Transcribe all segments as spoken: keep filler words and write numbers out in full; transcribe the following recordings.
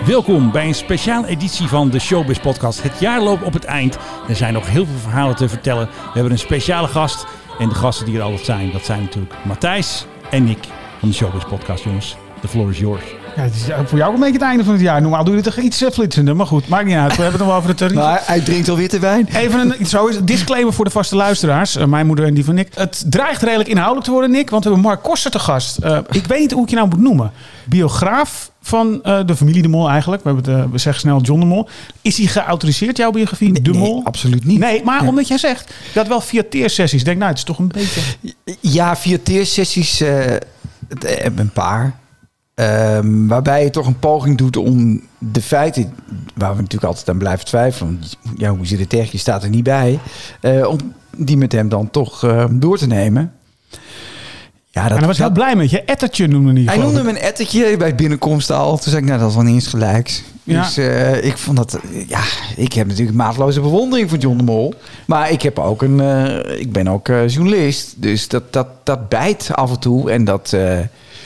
Welkom bij een speciale editie van de Showbiz Podcast. Het jaar loopt op het eind. Er zijn nog heel veel verhalen te vertellen. We hebben een speciale gast. En de gasten die er altijd zijn, dat zijn natuurlijk Matthijs en Nick van de Showbiz Podcast. Jongens, the floor is yours. Ja, het is voor jou ook een beetje het einde van het jaar. Normaal doe je het toch iets uh, flitsender. Maar goed, maakt niet uit. We hebben het nog wel over de tarief. Maar hij drinkt alweer te wijn. Even een zo is, disclaimer voor de vaste luisteraars. Uh, mijn moeder en die van Nick. Het dreigt redelijk inhoudelijk te worden, Nick. Want we hebben Mark Koster te gast. Uh, ik weet niet hoe ik je nou moet noemen. Biograaf van uh, de familie De Mol eigenlijk. We, hebben het, uh, we zeggen snel John De Mol. Is hij geautoriseerd, jouw biografie? Nee, De nee, Mol? absoluut niet. Nee, maar ja. omdat jij zegt dat wel via teersessies. Denk nou, het is toch een beetje... Ja, via teersessies uh, een paar. Um, waarbij je toch een poging doet om de feiten, waar we natuurlijk altijd aan blijven twijfelen, ja, hoe zit het tegen, je staat er niet bij, uh, om die met hem dan toch uh, door te nemen. Ja, dat, en hij was dat, heel blij met je. Ettertje noemde hij. Hij noemde me een ettertje bij binnenkomst al. Toen zei ik, nou, dat is wel niet eens gelijks. Ja. Dus uh, ik vond dat, ja, ik heb natuurlijk maatloze bewondering voor John De Mol. Maar ik heb ook een, uh, ik ben ook uh, journalist. Dus dat, dat, dat bijt af en toe en dat... Uh,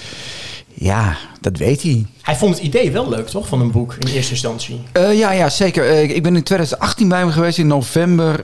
Ja, dat weet hij. Hij vond het idee wel leuk, toch? Van een boek in eerste instantie. Uh, ja, ja, zeker. Uh, ik ben in twintig achttien bij hem geweest in november.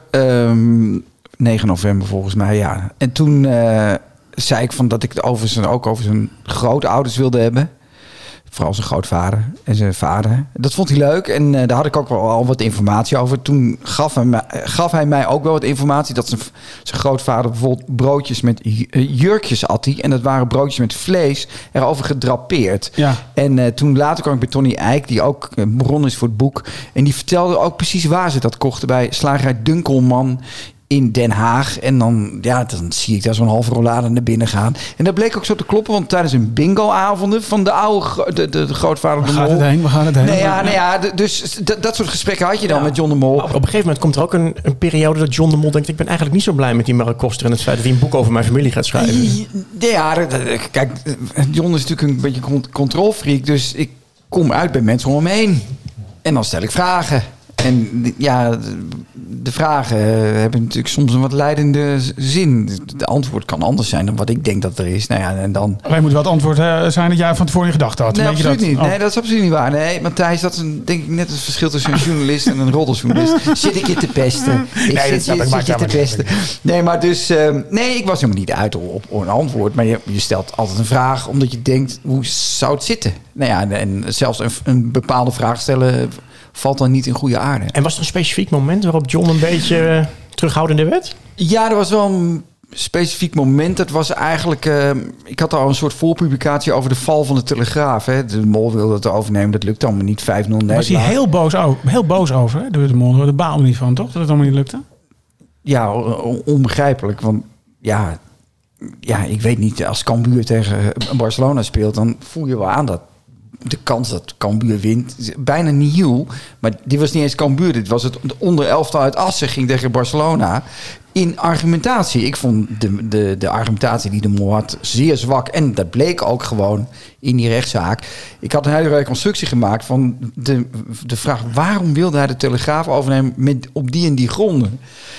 Um, negen november volgens mij, ja. En toen uh, zei ik van dat ik het over zijn, ook over zijn grootouders wilde hebben. Vooral zijn grootvader en zijn vader. Dat vond hij leuk. En uh, daar had ik ook wel al wat informatie over. Toen gaf hij, mij, gaf hij mij ook wel wat informatie. Dat zijn, zijn grootvader bijvoorbeeld broodjes met jurkjes had hij. En dat waren broodjes met vlees erover gedrapeerd. Ja. En uh, toen later kwam ik bij Tony Eijk, die ook uh, bron is voor het boek. En die vertelde ook precies waar ze dat kochten. Bij slagerij Dunkelman in Den Haag. En dan, ja, dan zie ik daar zo'n halve rollade naar binnen gaan. En dat bleek ook zo te kloppen, want tijdens een bingo-avonden van de oude, de, de, de grootvader De Mol. We gaan het heen, we gaan het heen. Nee, ja, nee, ja, dus d- dat soort gesprekken had je dan ja. met John De Mol. Op, op een gegeven moment komt er ook een, een periode dat John De Mol denkt, ik ben eigenlijk niet zo blij met die Mark Koster en het feit dat hij een boek over mijn familie gaat schrijven. Ja, kijk, John is natuurlijk een beetje een controlfreak, dus ik kom uit bij mensen om hem heen. En dan stel ik vragen. En ja, de vragen hebben natuurlijk soms een wat leidende zin. De antwoord kan anders zijn dan wat ik denk dat er is. Nou ja, en dan... Alleen moet wel het antwoord uh, zijn dat jij van tevoren in gedachten had. Nee, Weet absoluut je dat? niet. Oh. Nee, dat is absoluut niet waar. Nee, Matthijs, dat is een, denk ik net het verschil tussen een journalist en een roddeljournalist. Zit ik je te pesten? Ik nee, zit, dat, je, dat zit je te pesten? Niet. Nee, maar dus... Uh, nee, ik was helemaal niet uit op, op een antwoord. Maar je, je stelt altijd een vraag omdat je denkt, hoe zou het zitten? Nou ja, en zelfs een, een bepaalde vraag stellen valt dan niet in goede aarde. En was er een specifiek moment waarop John een beetje uh, terughoudender werd? Ja, er was wel een specifiek moment. Dat was eigenlijk... Uh, ik had al een soort voorpublicatie over de val van de Telegraaf. Hè. De Mol wilde het overnemen. Dat lukte allemaal niet. vijf nul Was hij heel boos, over, heel boos over, hè? De Mol. Daar baalde niet van, toch? Dat het allemaal niet lukte? Ja, onbegrijpelijk. Want ja, ja, ik weet niet. Als Cambuur tegen Barcelona speelt, dan voel je wel aan dat de kans dat Cambuur wint is bijna nihil. Maar dit was niet eens Cambuur. Dit was het onder elftal uit Assen ging tegen Barcelona. In argumentatie. Ik vond de, de, de argumentatie die De Mol had zeer zwak. En dat bleek ook gewoon in die rechtszaak. Ik had een hele reconstructie gemaakt van de, de vraag, waarom wilde hij de Telegraaf overnemen met, op die en die gronden?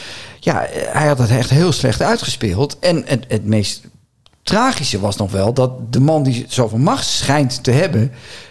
Ja, hij had het echt heel slecht uitgespeeld. En het, het meest tragische was nog wel dat de man die zoveel macht schijnt te hebben,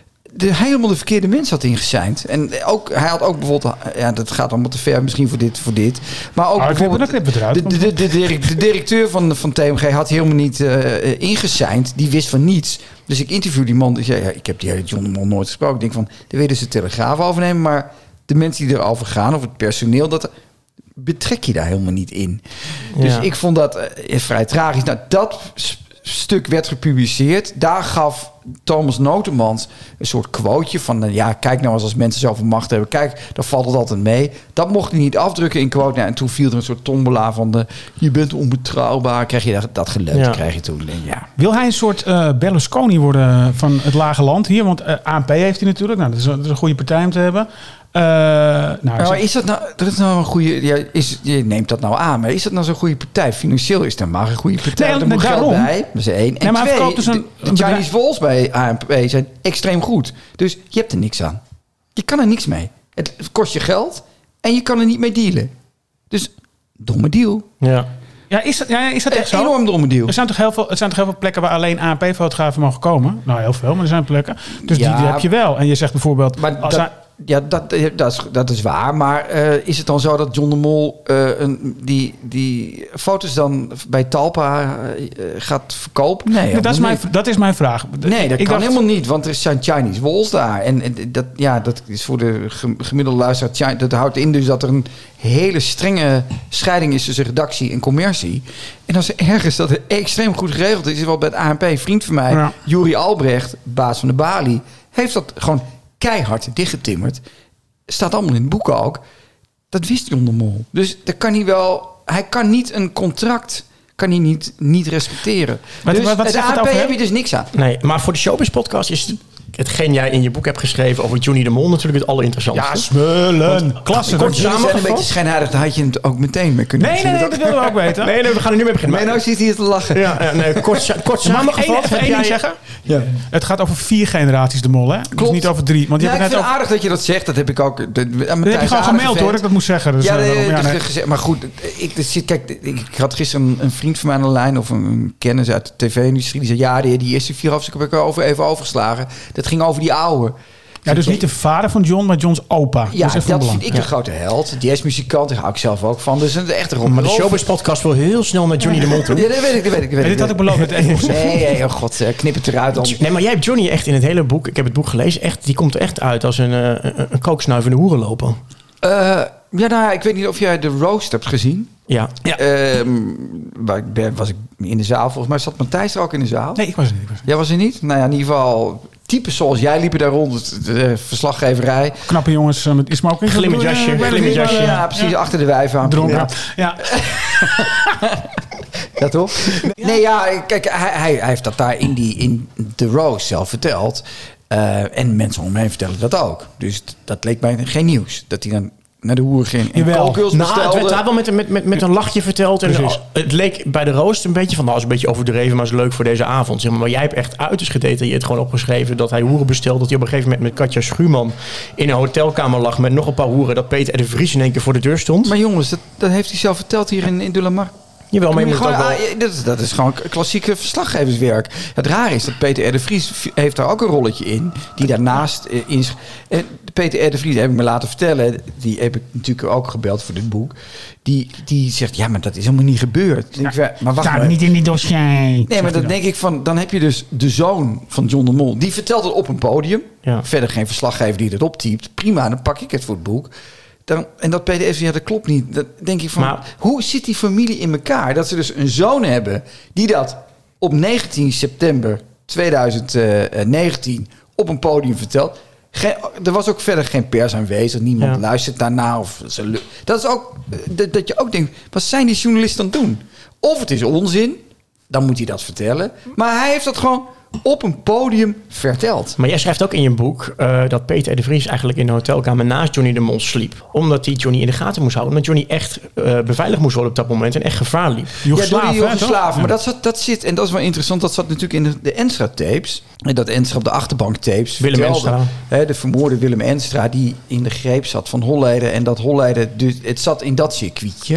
de helemaal de verkeerde mens had ingeseind. En ook, hij had ook bijvoorbeeld, ja, dat gaat allemaal te ver misschien voor dit, voor dit. Maar ook oh, bijvoorbeeld de, de, de, de, direct, de directeur van, van T M G had helemaal niet uh, ingeseind. Die wist van niets. Dus ik interview die man. Ik zei, ja, ik heb die hele John De Mol nooit gesproken. Ik denk van, de willen ze de Telegraaf overnemen, maar de mensen die erover gaan, of het personeel, dat betrek je daar helemaal niet in. Dus ja. Ik vond dat uh, vrij tragisch. Nou, dat stuk werd gepubliceerd. Daar gaf Thomas Notemans een soort quoteje van, ja, kijk nou eens als mensen zoveel macht hebben. Kijk, daar valt het altijd mee. Dat mocht hij niet afdrukken in quote. Nou, en toen viel er een soort tombola van de, je bent onbetrouwbaar. Krijg je dat, dat geleut, ja. krijg je toen. Ja. Wil hij een soort uh, Berlusconi worden van het lage land hier? Want uh, A N P heeft hij natuurlijk. Nou, dat is, dat is een goede partij om te hebben. Uh, nou, nou, is dat nou, dat is nou een goede, ja, is, je neemt dat nou aan, maar is dat nou zo'n goede partij? Financieel is dat maar een goede partij. Nee, er moet daarom. geld bij. Dat is één. En nee, twee, dus een, de, de Chinese walls bij A N P zijn extreem goed. Dus je hebt er niks aan. Je kan er niks mee. Het kost je geld en je kan er niet mee dealen. Dus domme deal. Ja. Ja, is dat, ja, is dat echt zo? Enorm drommediel. Er zijn toch heel veel, er zijn toch heel veel plekken waar alleen A N P-fotografen mogen komen? Nou, heel veel, maar er zijn plekken. Dus Ja. die, die heb je wel. En je zegt bijvoorbeeld... Maar als dat, hij- ja, dat, dat, is, dat is waar. Maar uh, is het dan zo dat John de Mol uh, een, die, die foto's dan bij Talpa uh, gaat verkopen? Nee, Nee, dat, is mijn, niet. dat is mijn vraag. Nee, dat Ik kan dacht- helemaal niet, want er zijn Chinese walls daar. En, en dat, ja, dat is voor de gem- gemiddelde luisteraar... Chi- dat houdt in dus dat er een hele strenge scheiding is tussen redactie en commercie. En als er ergens dat het extreem goed geregeld is... is wel bij het A N P, een vriend van mij, Ja. Juri Albrecht, baas van de Bali... heeft dat gewoon keihard dichtgetimmerd. Staat allemaal in het boek ook. Dat wist John de Mol. Dus dat kan hij wel... Hij kan niet een contract... kan hij niet, niet respecteren. Wat- dus wat- wat het zegt het A N P over heb hem? je dus niks aan. Nee, maar voor de Showbiz podcast is het- hetgeen jij in je boek hebt geschreven over Johnny de Mol natuurlijk het allerinteressantste. Ja, smullen. Klasse. kort dat je- Jullie zijn een samengevat? beetje schijnheilig. Daar had je het ook meteen mee kunnen Nee, nee, nee, dat willen we ook weten. Nee, nee, we gaan er nu mee beginnen. Maar nou zit hij hier te lachen. Ja, ja, nee, kort, sa- kort Mag ik nog één, samengevat. even heb één ding jij- zeggen? Ja. Het gaat over vier generaties de Mol, hè? Dus Klopt. niet over drie. Want je Ja, hebt ik het vind net het over... aardig dat je dat zegt. Dat heb ik ook. De, de, Dat heb je gewoon gemaild, hoor, dat ik dat moest zeggen. Dus, ja, eh, nee, daarom, ja, dat nee. gezegd, maar goed. Ik, dus, zit- kijk, ik, ik had gisteren een, een vriend van mij aan de lijn... of een, een kennis uit de tv-industrie. Die zei, ja, die, die eerste vier hoofdstukken heb ik over, even overgeslagen. Dat ging over die oude. Ja, dus niet de vader van John, maar John's opa. Ja, dat is even dat belangrijk. vind ik de grote held. Jazzmuzikant, daar hou ik zelf ook van. Dus een echte rock. Maar de Showbiz podcast wil heel snel naar Johnny de Mol toe. Ja, dat weet ik, dat weet ik. Dat weet Ja, ik. dit had ik beloofd. Het even Nee, nee, oh god, eh, knip het eruit dan. Nee, maar jij hebt Johnny echt in het hele boek, ik heb het boek gelezen, echt, die komt er echt uit als een, uh, een, een kooksnuivende hoerenloper. Uh, ja, nou, ik weet niet of jij de roast hebt gezien. Ja. Ja. Ehm, waar ik ben, was ik in de zaal. Volgens mij zat Matthijs er ook in de zaal. Nee, ik was er niet. ik was er niet. Jij was er niet? Nou ja, in ieder geval... Types zoals jij liepen daar rond. De, de verslaggeverij. Knappe jongens uh, met smoking. Glimmend jasje, Uh, glimmend jasje. Ja, precies. Achter de wijven aan. Dronken. Ja. Ja, toch? Nee, ja, kijk, hij, hij, hij heeft dat daar in, die, in de roast zelf verteld. Uh, en mensen om hem heen vertellen dat ook. Dus t- dat leek mij geen nieuws. Dat hij dan naar de hoer ging en Jawel. kookhuls Nou, het bestelde. werd daar wel met, met, met, met een lachje verteld. En Precies. het leek bij de roost een beetje van, nou, is een beetje overdreven, maar is leuk voor deze avond. Zeg maar, maar jij hebt echt uiterst gedetailleerd gewoon opgeschreven dat hij hoeren bestelde. Dat hij op een gegeven moment met Katja Schuurman in een hotelkamer lag met nog een paar hoeren. Dat Peter R. de Vries in één keer voor de deur stond. Maar jongens, dat, dat heeft hij zelf verteld hier in, in De La Mar. Jawel, maar je moet het ook Gewoon, wel... ah, dat, is- dat is gewoon klassieke verslaggeverswerk. Het rare is dat Peter R. de Vries v- heeft daar ook een rolletje in. Die daarnaast eh, is. En Peter R. de Vries, heb ik me laten vertellen. Die heb ik natuurlijk ook gebeld voor dit boek. Die, die zegt, ja, maar dat is helemaal niet gebeurd. Dan denk ik, ja, maar wacht Staat maar. niet in die dossier. Nee, maar dan denk ik van, dan heb je dus de zoon van John de Mol. Die vertelt het op een podium. Ja. Verder geen verslaggever die dat optypt. Prima, dan pak ik het voor het boek. Dan, en dat P D F, ja, dat klopt niet. Dat denk ik van, Maar- hoe zit die familie in elkaar? Dat ze dus een zoon hebben die dat op negentien september tweeduizend negentien op een podium vertelt. Geen, er was ook verder geen pers aanwezig. Niemand Ja. luistert daarna. Of ze, lu- dat is ook eh, dat, dat je ook denkt, wat zijn die journalisten aan het doen? Of het is onzin, dan moet hij dat vertellen. Maar hij heeft dat gewoon op een podium verteld. Maar jij schrijft ook in je boek uh, dat Peter R. de Vries eigenlijk in de hotelkamer naast Johnny de Mol sliep. Omdat hij Johnny in de gaten moest houden. Omdat Johnny echt uh, beveiligd moest worden op dat moment en echt gevaar liep. Ja, door die Joegoslaven, hè, toch? Joegoslaven. Maar dat, zat, dat zit, en dat is wel interessant, dat zat natuurlijk in de, de Enstra-tapes. En dat Enstra op de achterbank-tapes Willem vertelde, Enstra. hè, de vermoorde Willem Enstra, die in de greep zat van Holleder. En dat Holleder, dus, het zat in dat circuitje.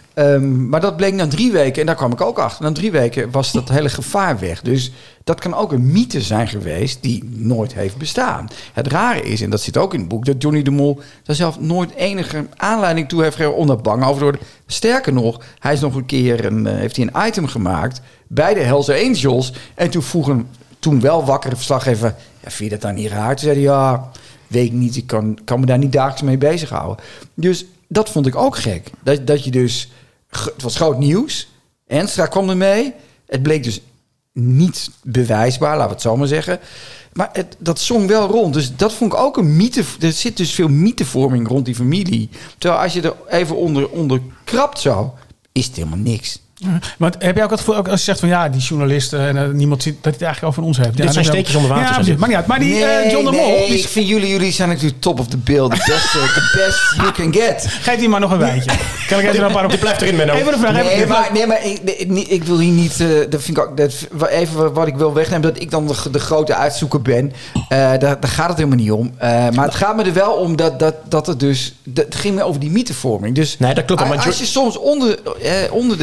Um, maar dat bleek na drie weken, en daar kwam ik ook achter, na drie weken was dat hele gevaar weg. Dus dat kan ook een mythe zijn geweest die nooit heeft bestaan. Het rare is, en dat zit ook in het boek, dat Johnny de Mol daar zelf nooit enige aanleiding toe heeft gegeven om daar bang over te worden. Sterker nog, hij is nog een keer een, uh, heeft hij een item gemaakt bij de Hells Angels. En toen vroeg een toen wel wakkere verslaggever, ja, vind je dat dan niet raar? Toen zei hij, ja, weet ik niet, ik kan, kan me daar niet dagelijks mee bezighouden. Dus dat vond ik ook gek. Dat, dat je dus, het was groot nieuws. Enstra kwam ermee. Het bleek dus niet bewijsbaar, laten we het zo maar zeggen. Maar het, dat zong wel rond. Dus dat vond ik ook een mythe. Er zit dus veel mythevorming rond die familie. Terwijl als je er even onder, onder krabt zo, is het helemaal niks. Maar heb jij ook het gevoel, ook als je zegt van ja, die journalisten en uh, niemand ziet dat hij het eigenlijk over ons heeft. Dit ja, zijn dat steekjes onder water. Ja, zijn precies. dit. Maar niet uit. Maar die nee, uh, John de Mol. nee, Die ik vind jullie, jullie zijn natuurlijk top of the bill. The best, uh, the best you can get. geef die maar nog een wijntje. Kan ik even een paar op? Die blijft erin, Menno. Even een vraag. Nee, even, maar, nee, maar ik, nee, niet- ik wil hier niet... Uh, dat vind ik ook, dat, even wat ik wil wegnemen, dat ik dan de, de grote uitzoeker ben. Uh, daar, daar gaat het helemaal niet om. Uh, maar het gaat me er wel om dat, dat, dat het dus... Dat, het ging me over die mythevorming. Dus Nee, dat klopt. als, Maar als je soms onder, eh, onder, de, onder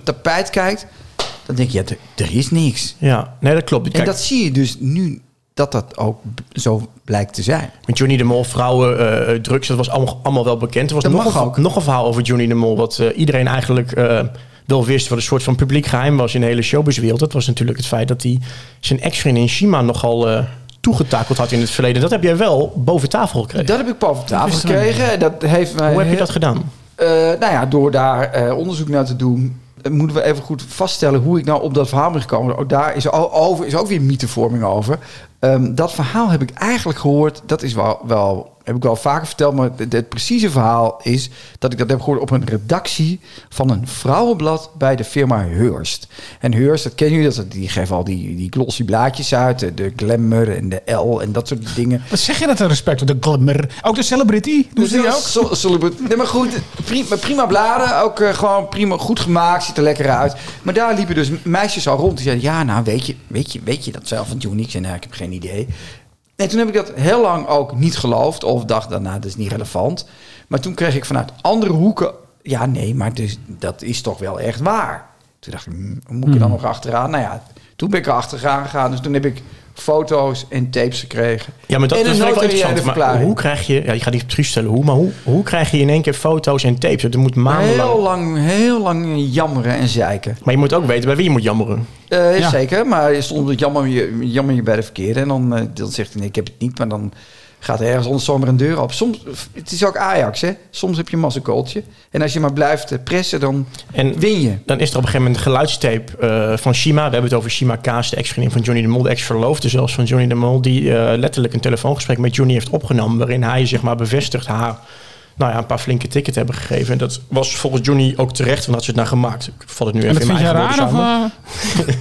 het tapijt kijkt, dan denk je, ja, er, er is niks. Ja, nee, dat klopt. Kijk, en dat zie je dus nu, dat dat ook zo blijkt te zijn. met Johnny de Mol, vrouwen, uh, drugs, dat was allemaal, allemaal wel bekend. Er was Dat nog mag een, ook. nog een verhaal over Johnny de Mol, wat uh, iedereen eigenlijk uh, wel wist, wat een soort van publiek geheim was in de hele showbizwereld. Dat was natuurlijk het feit dat hij zijn ex-vriendin Shima nogal uh, toegetakeld had in het verleden. Dat heb jij wel boven tafel gekregen. Dat heb ik boven tafel gekregen. Dat heeft mij Hoe heb je heel- dat gedaan? Uh, nou ja, door daar uh, onderzoek naar te doen, uh, moeten we even goed vaststellen hoe ik nou op dat verhaal ben gekomen. Ook daar is, o- over, is ook weer mythevorming over. Um, dat verhaal heb ik eigenlijk gehoord. Dat is wel, wel heb ik wel vaker verteld, maar het, het precieze verhaal is dat ik dat heb gehoord op een redactie van een vrouwenblad bij de firma Hearst. En Hearst, dat kennen jullie, dat, die geven al die, die glossy blaadjes uit, de, de Glamour en de L en dat soort dingen. Wat zeg je dat, respect? De glamour. Ook de celebrity? Doen ze die ook? So- celebrity. Nee, maar goed, prima, prima bladen. Ook uh, gewoon prima, goed gemaakt. Ziet er lekker uit. Maar daar liepen dus meisjes al rond. Die zeiden, ja, nou, weet je, weet je, weet je dat zelf van Johnny? Ik zei, nou, ik heb geen idee. En toen heb ik dat heel lang ook niet geloofd. Of dacht, nou, dat is niet relevant. Maar toen kreeg ik vanuit andere hoeken, ja, nee, maar dus, dat is toch wel echt waar. Toen dacht ik, hm, hoe moet ik er dan nog achteraan? Nou ja, toen ben ik er achteraan gegaan. Dus toen heb ik foto's en tapes gekregen. Ja, maar dat, en dat een vind ik wel notariële interessant. Maar verklaring. hoe krijg je, ja, je gaat niet precies stellen hoe, maar hoe, hoe krijg je in één keer foto's en tapes? Het moet maandenlang. Heel lang, heel lang jammeren en zeiken. Maar je moet ook weten bij wie je moet jammeren. Uh, Ja. Zeker, maar je stond jammer je, jammer je bij de verkeerde. En dan, uh, dan zegt hij, nee, ik heb het niet. Maar dan gaat er ergens onder zomaar een deur op. Soms, het is ook Ajax, hè. Soms heb je een massakooltje. En als je maar blijft uh, pressen, dan En win je. dan is er op een gegeven moment een geluidstape uh, van Shima. We hebben het over Shima Kaas, de ex-vriendin van Johnny de Mol. De ex-verloofde zelfs van Johnny de Mol. Die uh, letterlijk een telefoongesprek met Johnny heeft opgenomen. Waarin hij, zeg maar, bevestigt haar, nou ja, een paar flinke tickets hebben gegeven. En dat was volgens Johnny ook terecht, want had ze het naar gemaakt. Ik val het nu En even dat in vind mijn jij eigen raar? woorden Of, samen.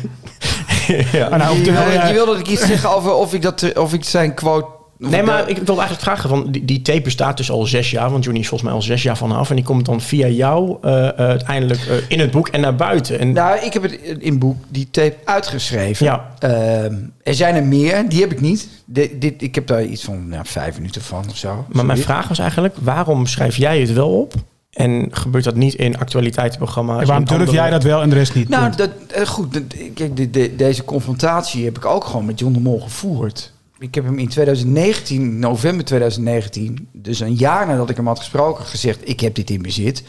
uh, Ja. ah, nou, of Je, de- uh, uh, je wilde dat ik iets zeggen over of ik, dat, of ik zijn quote... of Nee, ik maar dat- ik wil eigenlijk vragen, van die, die tape bestaat dus al zes jaar, want Johnny is volgens mij al zes jaar vanaf. En die komt dan via jou uh, uh, uiteindelijk uh, in het boek en naar buiten. En Nou, ik heb het in het boek die tape uitgeschreven. Ja. Ehm, er zijn er meer, die heb ik niet. De, dit, ik heb daar iets van nou, vijf minuten van of zo. Maar mijn Zoiets. vraag was eigenlijk, waarom schrijf jij het wel op? En gebeurt dat niet in actualiteitsprogramma's? waarom in durf andere- jij dat wel en de rest niet? Nou, Punt. dat, eh, goed. dat- Kijk, de, de, deze confrontatie heb ik ook gewoon met John de Mol gevoerd. Ik heb hem in twintig negentien, november twintig negentien, dus een jaar nadat ik hem had gesproken, gezegd: ik heb dit in bezit.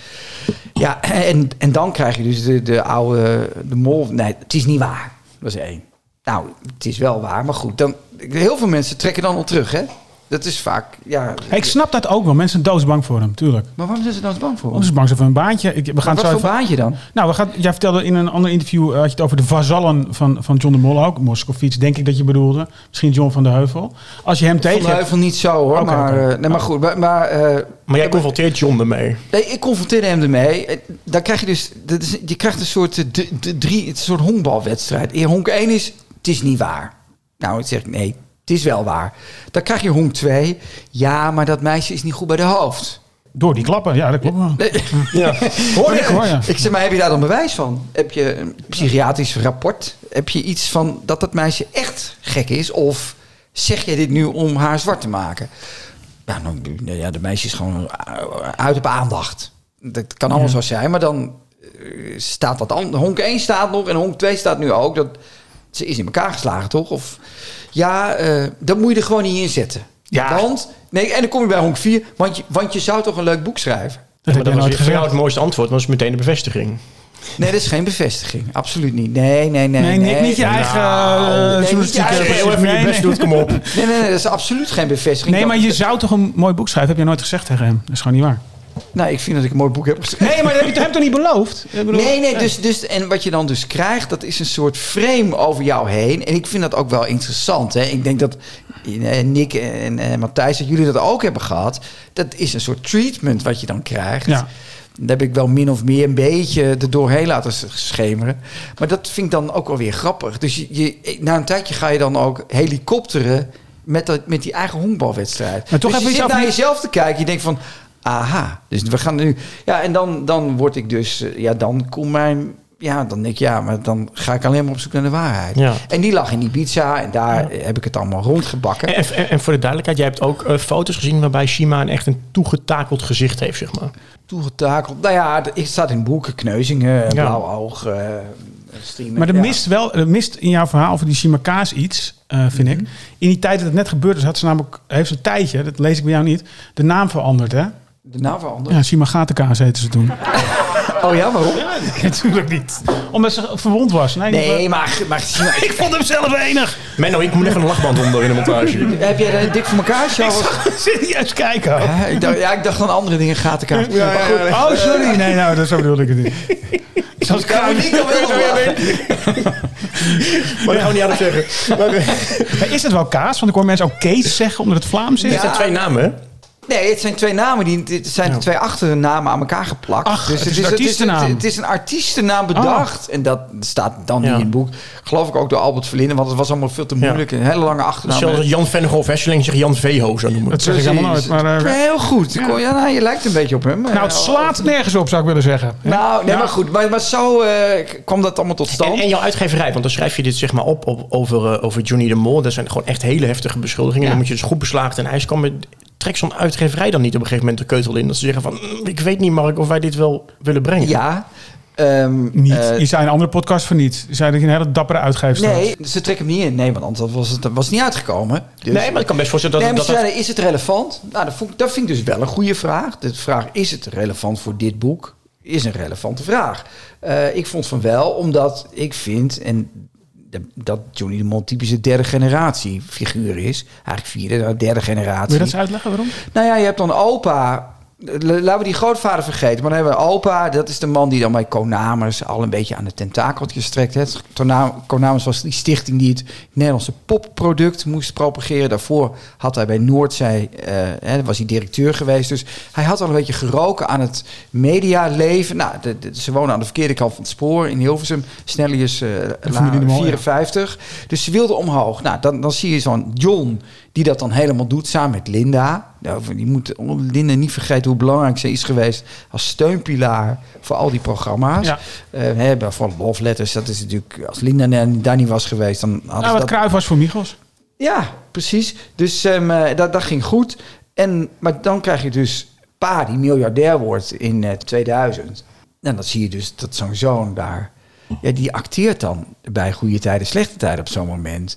Ja, en, en dan krijg je dus de, de oude de Mol. Nee, het is niet waar. Dat is één. Nou, het is wel waar, maar goed. Dan, heel veel mensen trekken dan al terug, hè? Dat is vaak, ja. Hey, ik snap dat ook wel. Mensen zijn doodsbang voor hem, tuurlijk. Maar waarom zijn ze dan bang voor? Omdat ze bang zijn voor een baantje. Ik, we gaan Wat het zo voor even- baantje dan? Nou, we gaan, jij vertelde in een ander interview, uh, had je het over de vazallen van, van John de Mol ook. Moskovits, denk ik dat je bedoelde. Misschien John van de Heuvel. Als je hem Van tegen de Heuvel niet zo, hoor. Oké, maar, oké. eh, nee, maar goed. Maar, maar, eh, Maar jij confronteert John ermee. nee, ik confronteerde hem ermee. Eh, Dan krijg je dus... Dat is, je krijgt een soort, eh, d- d- drie, het is een soort honkbalwedstrijd. In honk één is, het is niet waar. Nou, ik zeg, nee, het is wel waar. Dan krijg je honk twee. Ja, maar dat meisje is niet goed bij de hoofd. door die klappen. Ja, dat klopt wel. Nee. Ja. Hoor ik hoor, ja. Ik zeg, maar heb je daar dan bewijs van? Heb je een psychiatrisch rapport? Heb je iets van dat dat meisje echt gek is? Of zeg je dit nu om haar zwart te maken? Ja, nou, nou ja, de meisje is gewoon uit op aandacht. Dat kan allemaal Ja. zo zijn, maar dan eh, staat dat an- honk één staat nog en honk twee staat nu ook. Dat, ze is in elkaar geslagen, toch? Of ja, eh dat moet je er gewoon niet in zetten. Ja. Want, nee, en dan kom je bij honk vier, want je, want je zou toch een leuk boek schrijven? Dat Maar heb dat je was nooit voor jou gezegd. het mooiste antwoord, was meteen de bevestiging. Nee, dat is geen bevestiging. Absoluut niet. Nee, nee, nee. Nee, Nick, niet je nee. eigen Nou, eh, nee, niet je journalistieke... eigen- precies. Heel even je Nee, best nee. doet, kom op. Nee, nee, nee, dat is absoluut geen bevestiging. Nee, maar Dat- je zou toch een mooi boek schrijven? Heb je nooit gezegd tegen hem? Dat is gewoon niet waar. Nou, ik vind dat ik een mooi boek heb geschreven. Nee, maar dat heb je hem toch niet beloofd? Ik bedoel- Nee, nee, dus, dus, en wat je dan dus krijgt, dat is een soort frame over jou heen. En ik vind dat ook wel interessant. Hè? Ik denk dat eh, Nick en, en Matthijs, dat jullie dat ook hebben gehad. Dat is een soort treatment wat je dan krijgt. Ja. Dat heb ik wel min of meer een beetje er doorheen laten schemeren. Maar dat vind ik dan ook wel weer grappig. Dus je, je, na een tijdje ga je dan ook helikopteren met, dat, met die eigen honkbalwedstrijd. Maar toch dus even je iets zit over naar die- jezelf te kijken. Je denkt van, aha, dus we gaan nu... Ja, en dan, dan word ik dus... eh, Ja, dan komt mijn ja, dan denk ik, ja, maar dan ga ik alleen maar op zoek naar de waarheid. Ja. En die lag in Ibiza en daar ja. heb ik het allemaal rondgebakken. En, en, en voor de duidelijkheid, jij hebt ook uh, foto's gezien waarbij Shima een echt een toegetakeld gezicht heeft, zeg maar. Toegetakeld. Nou ja, ik staat in boeken, kneuzingen, ja. blauw oog, uh, streamen. Maar er ja. mist wel, er mist in jouw verhaal over die Shima Kaas iets, uh, vind mm-hmm. ik. In die tijd dat het net gebeurd is, had ze namelijk, heeft ze een tijdje, dat lees ik bij jou niet, de naam veranderd, hè? De naam veranderd? Ja, Shima Gatenkaas heette ze toen. Oh ja, waarom? Ja, natuurlijk niet. Omdat ze verwond was. Nee, nee maar, maar... ik vond hem zelf enig. Menno, ik moet even een lachband onder in de montage. Heb jij een dik voor elkaar show? Ik zit niet eens kijken. Ja, ik dacht, ja, ik dacht aan andere dingen. Gatenkaas. Ja, ja, ja, ja. Oh, sorry. Nee, nou, dat zo bedoelde ik het niet. Zoals kan ik niet al wel Maar dat gaan we niet aan het zeggen. Maar is het wel kaas? Want ik hoor mensen ook Kees zeggen omdat het Vlaams is. Ja. Het zijn twee namen, hè? Nee, het zijn twee namen. Die, het zijn ja. de twee achternamen aan elkaar geplakt. Ach, dus het is een artiestennaam. Het is, het is een artiestennaam bedacht. Oh. En dat staat dan ja. niet in het boek. Geloof ik ook door Albert Verlinde. Want het was allemaal veel te moeilijk. Ja. Een hele lange achternaam. Zoals Jan Vennegoff, Hesseling zich Jan Veho zou noemen. Dat zeg ik helemaal nooit. Maar, uh, heel goed. Ja. Ja, nou, je lijkt een beetje op hem. Nou, het slaat nergens op, zou ik willen zeggen. Nou, nee, ja. maar goed. Maar, maar zo uh, kwam dat allemaal tot stand. En, en jouw uitgeverij, want dan schrijf je dit zeg maar op, op over, uh, over Johnny de Mol. Dat zijn gewoon echt hele heftige beschuldigingen. Ja. Dan moet je dus goed beslagen ten ijs komen. Trek zo'n uitgeverij dan niet op een gegeven moment de keutel in? Dat ze zeggen van, ik weet niet, Mark, of wij dit wel willen brengen. Ja. Um, niet. Uh, je zei een andere podcast van niet. Je zei dat je een hele dappere uitgever Nee, was. Ze trekken hem niet in. Nee, want anders was het was niet uitgekomen. Dus. Nee, maar ik kan best voorstellen dat... Nee, maar dat, dat, dat... Is het relevant? Nou, dat, vond, dat vind ik dus wel een goede vraag. De vraag, is het relevant voor dit boek? Is een relevante vraag. Uh, ik vond van wel, omdat ik vind... en dat Johnny de Mol typische derde generatie figuur is. Eigenlijk vierde, derde generatie. Wil je dat eens uitleggen waarom? Nou ja, je hebt dan opa... Laten we die grootvader vergeten. Maar dan hebben we opa. Dat is de man die dan bij Konamers al een beetje aan de tentakeltjes trekt. Konamers was die stichting die het Nederlandse popproduct moest propageren. Daarvoor had hij bij Noordzee, uh, hè, was hij directeur geweest. Dus hij had al een beetje geroken aan het medialeven. Nou, de, de, ze wonen aan de verkeerde kant van het spoor in Hilversum. Snellius uh, vierenvijftig. Ja. Dus ze wilden omhoog. Nou, dan, dan zie je zo'n John die dat dan helemaal doet samen met Linda. Nou, die moet Linda niet vergeten hoe belangrijk ze is geweest als steunpilaar voor al die programma's. Ja. Uh, van Love Letters, dat is natuurlijk, als Linda daar niet was geweest, dan hadden nou, wat dat... Cruijff was voor Michels. Ja, precies. Dus um, dat, dat ging goed. En, maar dan krijg je dus pa die miljardair wordt in uh, tweeduizend. En dan zie je dus dat zo'n zoon daar, ja, die acteert dan bij goede tijden, slechte tijden op zo'n moment.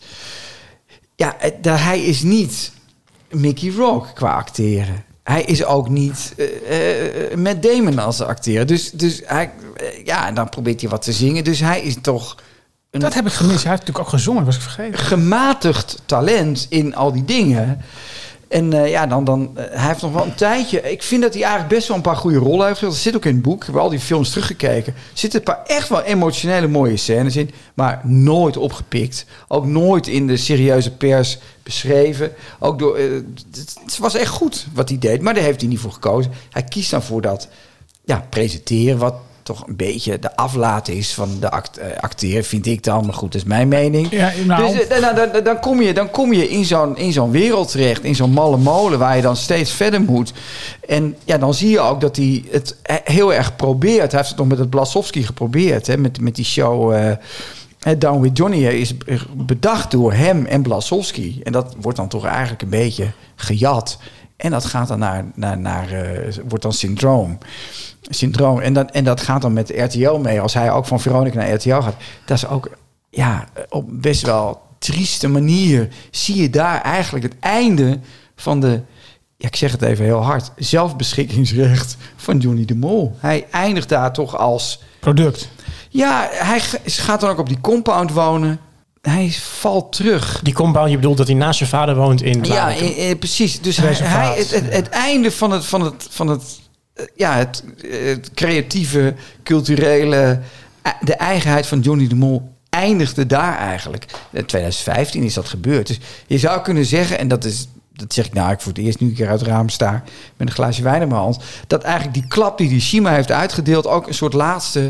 Ja, hij is niet Mickey Rourke qua acteren. Hij is ook niet uh, uh, Matt Damon als acteur. Dus, dus hij, uh, ja, en dan probeert hij wat te zingen. Dus hij is toch... Een dat heb ik gemist. Hij heeft natuurlijk ook gezongen, was ik vergeten. Gematigd talent in al die dingen. En uh, ja, dan, dan, uh, hij heeft nog wel een tijdje... Ik vind dat hij eigenlijk best wel een paar goede rollen heeft. Dat zit ook in het boek. Ik heb al die films teruggekeken. Er zitten een paar echt wel emotionele mooie scènes in. Maar nooit opgepikt. Ook nooit in de serieuze pers beschreven. Ook door, uh, het, het was echt goed wat hij deed. Maar daar heeft hij niet voor gekozen. Hij kiest dan voor dat ja, presenteren... wat toch een beetje de aflaat is van de act, uh, acteur, vind ik dan. Maar goed, dat is mijn mening. Ja, nou. Dus uh, dan, dan, dan kom je, dan kom je in, zo'n, in zo'n wereld terecht, in zo'n malle molen, waar je dan steeds verder moet. En ja, dan zie je ook dat hij het heel erg probeert. Hij heeft het nog met het Blasowski geprobeerd, hè, met, met die show... Uh, Down with Johnny is bedacht door hem en Blasowski. En dat wordt dan toch eigenlijk een beetje gejat. En dat gaat dan naar, naar, naar uh, wordt dan syndroom. Syndroom. En, dan, en dat gaat dan met R T L mee. Als hij ook van Veronica naar R T L gaat. Dat is ook ja, op best wel trieste manier. Zie je daar eigenlijk het einde van de... Ja, ik zeg het even heel hard. Zelfbeschikkingsrecht van Johnny de Mol. Hij eindigt daar toch als... product. Ja, hij gaat dan ook op die compound wonen. Hij valt terug. Die compound, je bedoelt dat hij naast zijn vader woont in... Ja, in, in, precies. Dus hij, hij, het, het, het einde van het... Van het, van het ja, het, het creatieve, culturele... De eigenheid van Johnny de Mol eindigde daar eigenlijk. In twintig vijftien is dat gebeurd. Dus je zou kunnen zeggen, en dat is... Dat zeg ik nou, ik voor het eerst nu een keer uit het raam sta... met een glaasje wijn in mijn hand... dat eigenlijk die klap die die Shima heeft uitgedeeld... ook een soort laatste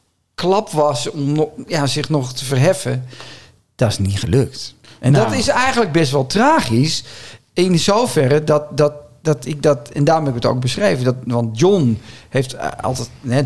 klap was om no, ja, zich nog te verheffen. Dat is niet gelukt. En nou. Dat is eigenlijk best wel tragisch... in zoverre dat... dat dat ik dat... En daarom heb ik het ook beschreven. Dat, want John heeft altijd... Hè,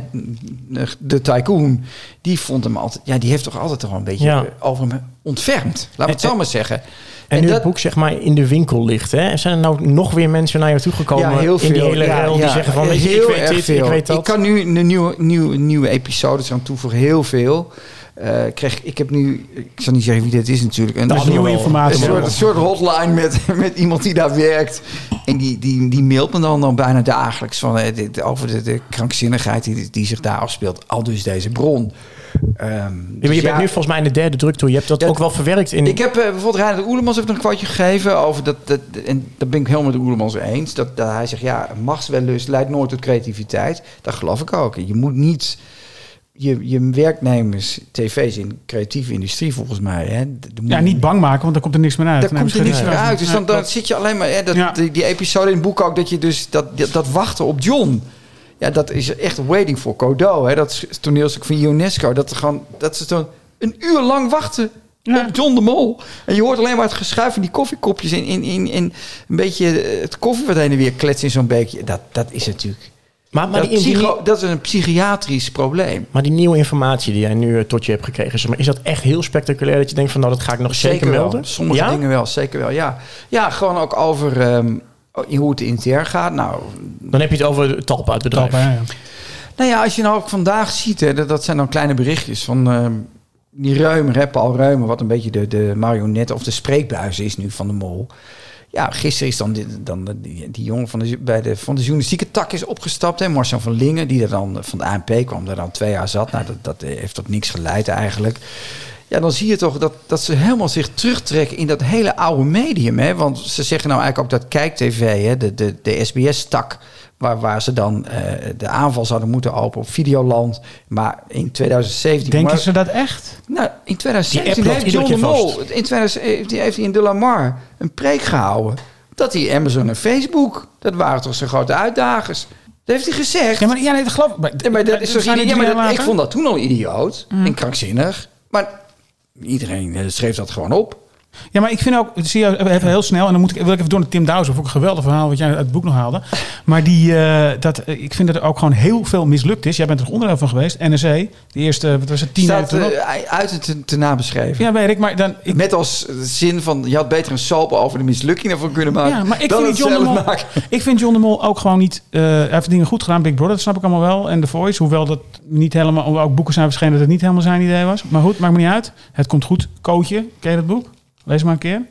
de tycoon, die vond hem altijd... Ja, die heeft toch altijd toch wel een beetje Ja. over hem ontfermd. Laat me het zo maar zeggen. En, En nu dat- het boek zeg maar in de winkel ligt, hè? Zijn er nou nog weer mensen naar jou toegekomen Ja, heel veel. in die hele Ja, rel die ja, zeggen van, weet je, heel ik weet erg dit, veel. ik weet dat. Ik kan nu een nieuwe, nieuwe, nieuwe episodes aan toevoegen, heel veel. Uh, ik, kreeg, ik heb nu, ik zal niet zeggen wie dit is natuurlijk. Een, Dat is een, nieuwe informatie. Een soort, een soort hotline met, met iemand die daar werkt. En die, die, die mailt me dan, dan bijna dagelijks van, uh, dit, over de, de krankzinnigheid die, die zich daar afspeelt. Al dus deze bron. Um, Ja, dus maar je ja, bent nu volgens mij in de derde druktoer. Je hebt dat Ja, ook wel verwerkt in... Ik heb uh, bijvoorbeeld Reinhard Oerlemans heeft nog een kwartje gegeven over dat, dat. En daar ben ik helemaal met Oerlemans eens. Dat, dat hij zegt, ja, machtswellust leidt nooit tot creativiteit. Dat geloof ik ook. Je moet niet... Je, je werknemers, tv's in creatieve industrie volgens mij... Hè, de, de Ja, niet bang maken, want daar komt er niks meer uit. Daar Nee, komt er misschien- niks meer uit. Dus dan, Ja, dan klopt. zit je alleen maar... Hè, dat, Ja. die, die episode in het boek ook, dat je dus... Dat, dat, dat wachten op John... Ja, dat is echt waiting for Godot. Hè. Dat is het toneelstuk van UNESCO. Dat, er gewoon, dat ze dan een uur lang wachten Ja. op John de Mol. En je hoort alleen maar het geschuif van die koffiekopjes... en in, in, in een beetje het koffie wat heen en weer kletsen in zo'n beekje. Dat, dat is natuurlijk... maar, maar, Dat, die, die- psycho- dat is een psychiatrisch probleem. maar die nieuwe informatie die jij nu eh, tot je hebt gekregen... Zeg maar, is dat echt heel spectaculair dat je denkt van... nou, dat ga ik nog zeker, wel. melden? Sommige ja? dingen wel, zeker wel. Ja, ja gewoon ook over ehm, hoe het intern gaat. Nou, Dan heb je het over het Talpa, het bedrijf. Talpa, ja, ja. Nou ja, als je nou ook vandaag ziet, hè, dat, dat zijn dan kleine berichtjes van ehm, die Reumer, hè, Paul Reumer, wat een beetje de, de marionet of de spreekbuis is nu van de Mol. Ja, gisteren is dan, die, dan die, die jongen van de, bij de, van de journalistieke tak is opgestapt, hè, Marcel van Lingen, die er dan van de A N P kwam, daar dan twee jaar zat. Nou, dat, dat heeft tot niks geleid eigenlijk. Ja, dan zie je toch dat, dat ze helemaal zich terugtrekken in dat hele oude medium. Hè? Want ze zeggen nou eigenlijk ook dat Kijk T V, hè, de, de, de S B S-tak... Waar, waar ze dan uh, de aanval zouden moeten openen op Videoland. Maar in twintig zeventien... Denken maar, ze dat echt? Nou, in twintig zeventien Die app heeft loopt John de iedere Mol... keer vast. In twintig zeventien heeft hij in De La Mar een preek gehouden... dat hij Amazon en Facebook... dat waren toch zijn grote uitdagers. Dat heeft hij gezegd. Ja, maar, ja, nee, dat geloof ik. Maar, Ja, maar dat is toch zijn die idioot. Ja, maar drie dat- jaar ik vond dat toen al idioot en krankzinnig. Maar iedereen eh, schreef dat gewoon op. Ja, maar ik vind ook, zie je even heel snel, en dan moet ik, wil ik even door naar Tim Douws, ook een geweldig verhaal wat jij uit het boek nog haalde. Maar die, uh, dat, ik vind dat er ook gewoon heel veel mislukt is. Jij bent er onderdeel van geweest, N R C, de eerste, wat was het, tien jaar Staat toen op? uh, uit het te, te nabeschreven. Ja, weet ik, maar dan... Ik, Met als zin van, je had beter een soap over de mislukking ervan kunnen maken. ja, maar ik dan vind, het John de zelf Mol, maken. ik vind John de Mol ook gewoon niet... Uh, hij heeft dingen goed gedaan, Big Brother, dat snap ik allemaal wel. En The Voice, hoewel dat niet helemaal... Ook boeken zijn verschenen dat het niet helemaal zijn idee was. Maar goed, maakt me niet uit. Het komt goed. Kootje, ken je dat boek? Lees maar een keer.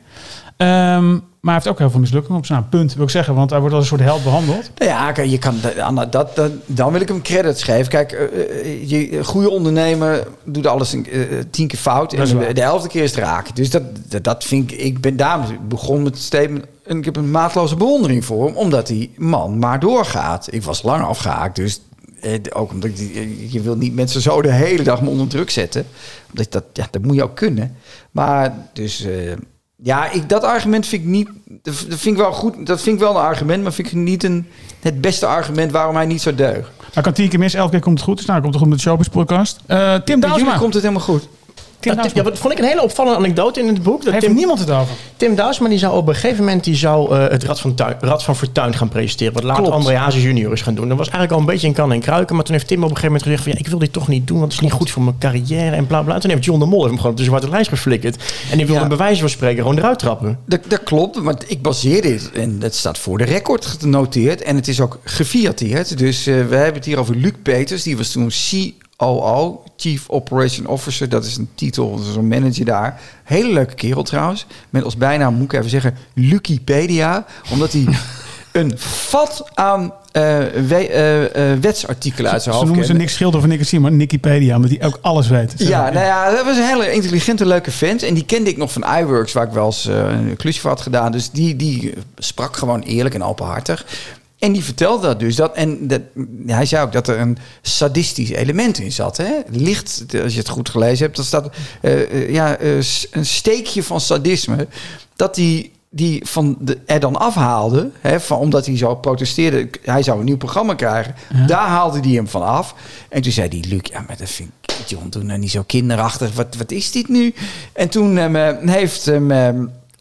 Um, maar hij heeft ook heel veel mislukkingen op zijn naam. Punt, wil ik zeggen. Want hij wordt als een soort held behandeld. Nou ja, kijk, je kan, dat, dat, dat, dan wil ik hem credits geven. Kijk, uh, je een goede ondernemer doet alles een, uh, tien keer fout. En de, de elfde keer is het raak. Dus dat, dat, dat vind ik... Ik ben daarom begon met het statement... En ik heb een maatloze bewondering voor hem. Omdat die man maar doorgaat. Ik was lang afgehaakt, dus... Eh, ook omdat je, je wil niet mensen zo de hele dag onder druk zetten. Omdat dat, ja, dat moet je ook kunnen. Maar dus... Uh, Ja, ik, dat argument vind ik niet... Dat vind ik wel goed. Dat vind ik wel een argument, maar vind ik niet een, het beste argument waarom hij niet zo deugt. Hij kan tien keer mis, elke keer komt het goed. Dus nou, komt het goed met de Showbiz podcast. Uh, Tim Bij jullie Douwsma. komt het helemaal goed. Tim Ja, ja, wat vond ik een hele opvallende anekdote in het boek. Dat heeft Tim, niemand het over. Tim Douwsma die zou op een gegeven moment die zou, uh, het Rad van, Tuin, Rad van Fortuin gaan presenteren. Wat later Klopt. André Hazes junior is gaan doen. Dat was eigenlijk al een beetje in kan en kruiken. Maar toen heeft Tim op een gegeven moment gezegd van... ja, ik wil dit toch niet doen, want het is niet goed voor mijn carrière en bla bla. Toen heeft John de Mol hem gewoon op de zwarte lijst geflikkerd. En die wilde Ja. bij wijze van spreken gewoon eruit trappen. Dat, dat klopt, want ik baseer dit... en dat staat voor de record genoteerd... en het is ook gefiateerd. Dus uh, we hebben het hier over Luc Peters. Die was toen C O O, Chief Operation Officer. Dat is een titel, dat is een manager daar. Hele leuke kerel trouwens. Met als bijnaam, moet ik even zeggen, Lukipedia. Omdat hij een vat aan uh, we, uh, uh, wetsartikelen uit zijn Ze hoofd noemen ze kende. niks schilder van Nick Simon, maar Wikipedia, omdat hij ook alles weet. Ja, nou ja, dat was een hele intelligente, leuke vent. En die kende ik nog van iWorks, waar ik wel eens uh, een klusje voor had gedaan. Dus die, die sprak gewoon eerlijk en openhartig. En die vertelde dat dus. Dat, en dat, hij zei ook dat er een sadistisch element in zat. Hè? Licht, als je het goed gelezen hebt, dan staat uh, uh, ja, uh, een steekje van sadisme. Dat die, die van de, er dan afhaalde, hè, van, omdat hij zo protesteerde. Hij zou een nieuw programma krijgen. Ja. Daar haalde hij hem van af. En toen zei hij, Luc, ja, maar dat vind ik, John, doe nou niet zo kinderachtig. Wat, wat is dit nu? En toen um, heeft hem... Um,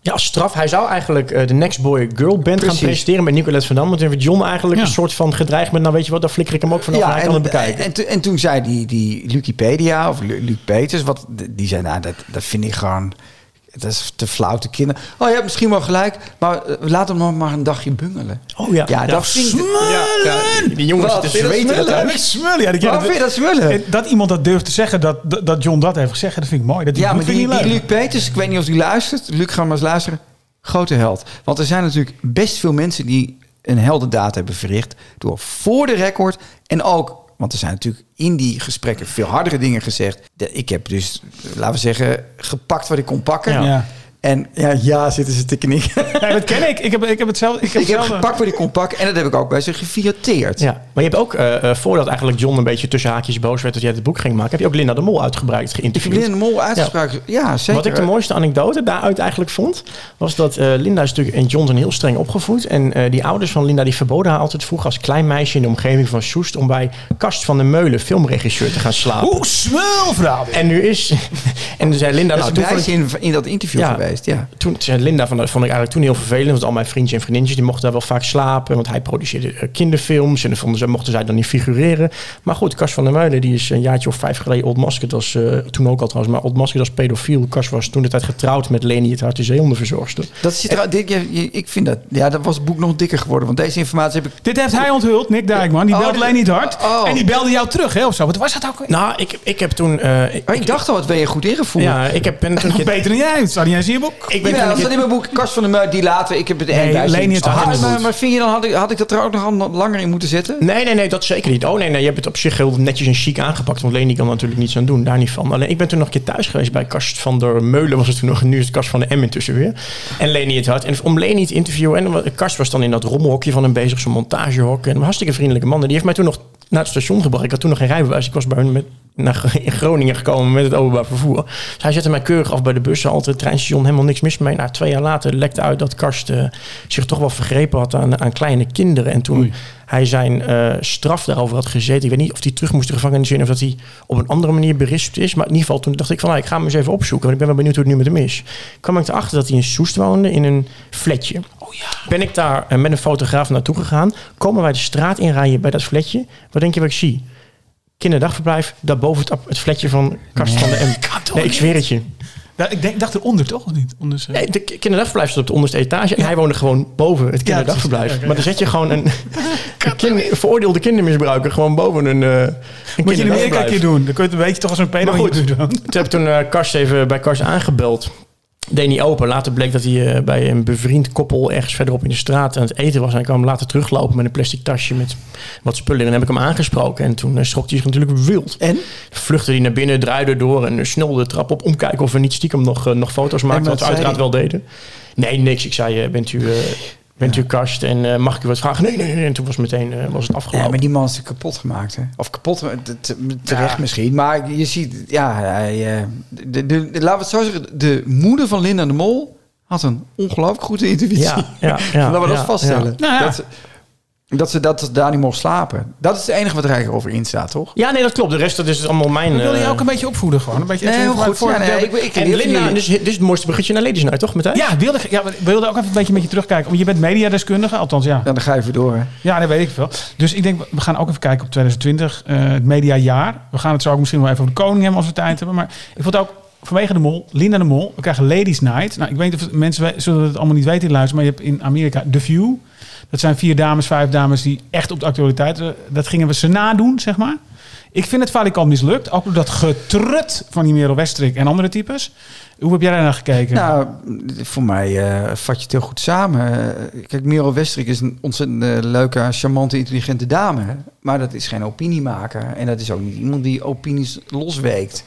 Ja, als straf. Hij zou eigenlijk uh, de Next Boy Girl Band Precies. gaan presenteren met Nicolette van Dam. Maar toen heeft John eigenlijk Ja. een soort van gedreigd met... nou weet je wat, daar flikker ik hem ook vanaf en hij kan het bekijken. En, en, en toen zei die, die Wikipedia of Lu- Luc Peters... Wat, die zei, nou, dat, dat vind ik gewoon... Dat is te flauw, te kinderen. Oh, je hebt misschien wel gelijk, maar uh, laat hem nog maar een dagje bungelen. Oh ja. Ja, dat vind ik... Ja, ja, die jongens Wat, zitten vind je dat zweten. smullen? Dat Smullen, ja, dat, Waarom vind je dat smullen? dat iemand dat durft te zeggen, dat, dat, dat John dat heeft gezegd, dat vind ik mooi. Dat Ja, maar vind die, ik niet die leuk. Luc Peters, ik weet niet of hij luistert. Luc, ga maar eens luisteren. Grote held. Want er zijn natuurlijk best veel mensen die een heldendaad hebben verricht... door voor de record en ook... Want er zijn natuurlijk in die gesprekken veel hardere dingen gezegd. De- Ik heb dus, laten we zeggen, gepakt wat ik kon pakken. Ja. Ja. En ja, ja, zitten ze te knikken. Ja, dat ken ik. Ik heb, ik heb hetzelfde. Ik heb, Ik heb hetzelfde. gepakt wat ik kon pakken. En dat heb ik ook bij ze gefilteerd. Ja, maar je hebt ook, uh, uh, voordat eigenlijk John een beetje tussen haakjes boos werd dat jij het boek ging maken, heb je ook Linda de Mol uitgebreid Ik heb geïnterviewd. Linda de Mol uitgesproken. Ja, ja, zeker. Wat ik de mooiste anekdote daaruit eigenlijk vond, was dat uh, Linda is natuurlijk in John heel streng opgevoed. En uh, die ouders van Linda die verboden haar altijd vroeg als klein meisje in de omgeving van Soest om bij Kast van der Meulen, filmregisseur, te gaan slapen. Hoe smul, vrouw. En nu is... en toen zei Linda... Dat nou, is toen een vond ik- meisje in, in dat interview Ja. geweest. Ja. Toen zei Linda, van, dat vond ik eigenlijk toen heel vervelend. Want al mijn vriendjes en vriendinnetjes die mochten daar wel vaak slapen. Want hij produceerde uh, kinderfilms. En dan vonden ze, mochten zij dan niet figureren. Maar goed, Kas van der Meulen, die is een jaartje of vijf geleden Old Masked als... Uh, toen ook al trouwens, maar Old Masked als pedofiel. Kas was toen de tijd getrouwd met Leni het Hart, de zeehondenverzorgster. Dat is, trouw- dit, je, je- ik vind dat... Ja, dat was het boek nog dikker geworden. Want deze informatie heb ik... Dit heeft hij onthuld, Nick Dijkman. Die Oh, belde dit- alleen niet hard. oh. En die belde jou terug, hè, of zo. Wat was dat ook? Nou, ik, ik heb toen... Uh, ik, Maar ik dacht al, wat ben je goed ingevoerd. ja, ik heb, ben toen... Nog beter dan jij. Het staat niet eens in je boek. Ik ben Ja, toen dat een staat in keer- mijn boek Kast van der Meulen, die later... Ik heb het Nee, één Leni het hart in de maar, voet. maar vind je dan, had ik, had ik dat er ook nog al langer in moeten zetten? Nee, nee, nee, dat zeker niet. Oh nee, nee, je hebt het op zich heel netjes en chic aangepakt. Want Leni kan er natuurlijk niets aan doen, daar niet van. Alleen ik ben toen nog een keer thuis geweest bij Kast van der Meulen. Was het toen nog, nu is het Kast van de M intussen weer. En Leni het Hart. En om Leni te interviewen. En dan- Kast was dan in dat rommelhokje van hem bezig, zo'n montagehok. En een hartstikke vriendelijke man. En die heeft mij toen nog naar het station gebracht. Ik had toen nog geen rijbewijs. Ik was bij hun met, naar in Groningen gekomen met het openbaar vervoer. Dus hij zette mij keurig af bij de bussen. Altijd het treinstation, helemaal niks mis mee. Nou, twee jaar later lekte uit dat Kast uh, zich toch wel vergrepen had aan, aan kleine kinderen. En toen Oei. hij zijn uh, straf daarover had gezeten. Ik weet niet of hij terug moest de gevangenis in of dat hij op een andere manier berispt is. Maar in ieder geval, toen dacht ik van, nou, ik ga hem eens even opzoeken. Want ik ben wel benieuwd hoe het nu met hem is. Kwam ik erachter dat hij in Soest woonde in een flatje. Oh ja. Ben ik daar uh, met een fotograaf naartoe gegaan. Komen wij de straat inrijden bij dat flatje. Wat denk je wat ik zie? Kinderdagverblijf, daarboven het, het flatje van Kast van de M. Nee, ik zweer het je. Ja, ik denk, dacht eronder toch of niet? Onder zijn- Nee, de ki- kinderdagverblijf stond op de onderste etage. En hij woonde gewoon boven het kinderdagverblijf. precies. Ja, oké, Maar dan zet je gewoon een, een kind, veroordeelde kindermisbruiker gewoon boven een, uh, een Moet je in Amerika een kinderdagverblijf. keer doen. Dan kun je het een beetje toch als een pedo Maar goed. doen. Toen heb ik toen uh, Kars even bij Kars aangebeld. Deed niet open. Later bleek dat hij uh, bij een bevriend koppel ergens verderop in de straat aan het eten was. En hij kwam later teruglopen met een plastic tasje met wat spullen. En dan heb ik hem aangesproken. En toen uh, schrok hij zich natuurlijk wild. En? Vluchtte hij naar binnen, draaide door en uh, snel de trap op. Omkijken of we niet stiekem nog, uh, nog foto's maakten. wat Wat we zei uiteraard hij? wel deden. Nee, niks. Ik zei, uh, bent u... Uh, Bent u Kast en uh, mag ik u wat vragen? Nee, nee, nee. En toen was meteen uh, was het afgelopen. Ja, maar die man is kapot gemaakt, hè? Of kapot, te- te- terecht misschien. Maar je ziet, ja, hij, uh, de, de, de, laten we het zo zeggen. De moeder van Linda de Mol had een ongelooflijk goede intuïtie. Ja, ja, ja, Laten we dat ja, vaststellen. ja. Nou ja. Dat, ze- dat, ze, dat ze daar niet mocht slapen. Dat is het enige wat er eigenlijk over in staat, toch? Ja, nee, dat klopt. De rest dat is allemaal mijn... Ik wil je uh, ook een beetje opvoeden gewoon. Een beetje Nee, extra heel goed. voor- Ja, nee, voor- ik, ik, En ik- Linda, jullie- dus, dit is het mooiste bruggetje naar Ladies Night, toch? Meteen? Ja, wilde, ja, wilde ook even een beetje met je terugkijken. Want je bent mediadeskundige, althans ja. Ja, dan ga je even door, hè? Ja, dat weet ik veel. Dus ik denk, we gaan ook even kijken op twintig twintig, uh, het mediajaar. We gaan het zo ook misschien wel even over de koning hebben als we tijd hebben. Maar ik vond ook vanwege de Mol, Linda de Mol, we krijgen Ladies Night. Nou, ik weet niet of mensen we- zullen het allemaal niet weten in luisteren, maar je hebt in Amerika The View. Dat zijn vier dames, vijf dames die echt op de actualiteit... uh, dat gingen we ze nadoen, zeg maar. Ik vind het valikant mislukt. Ook door dat getrut van die Merel Westrik en andere types. Hoe heb jij daar naar gekeken? Nou, voor mij uh, vat je het heel goed samen. Uh, kijk, Merel Westrik is een ontzettend uh, leuke, charmante, intelligente dame. Maar dat is geen opiniemaker. En dat is ook niet iemand die opinies losweekt.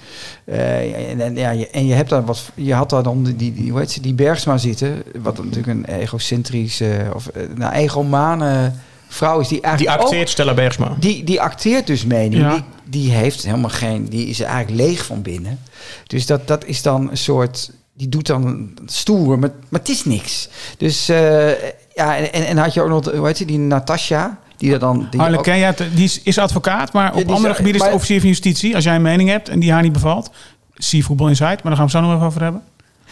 Uh, en, en, ja, je, en je hebt daar wat. Je had daar dan die, die, hoe heet ze, die Bergsma zitten. Wat natuurlijk een egocentrische of uh, nou, egomane vrouw is die Die eigenlijk acteert ook, Stella Bergsma. die, die acteert dus mening. Ja. Die, die heeft helemaal geen... Die is eigenlijk leeg van binnen. Dus dat, dat is dan een soort... Die doet dan stoer, maar, maar het is niks. Dus uh, ja, en, en had je ook nog... Hoe heet ze? Die Natasja. Die er dan... Die Harle ook- ken jij het? Die is, is advocaat, maar op die is- andere gebieden is maar- het officier van justitie. Als jij een mening hebt en die haar niet bevalt, zie Voetbal Insight. Maar daar gaan we het zo nog even over hebben.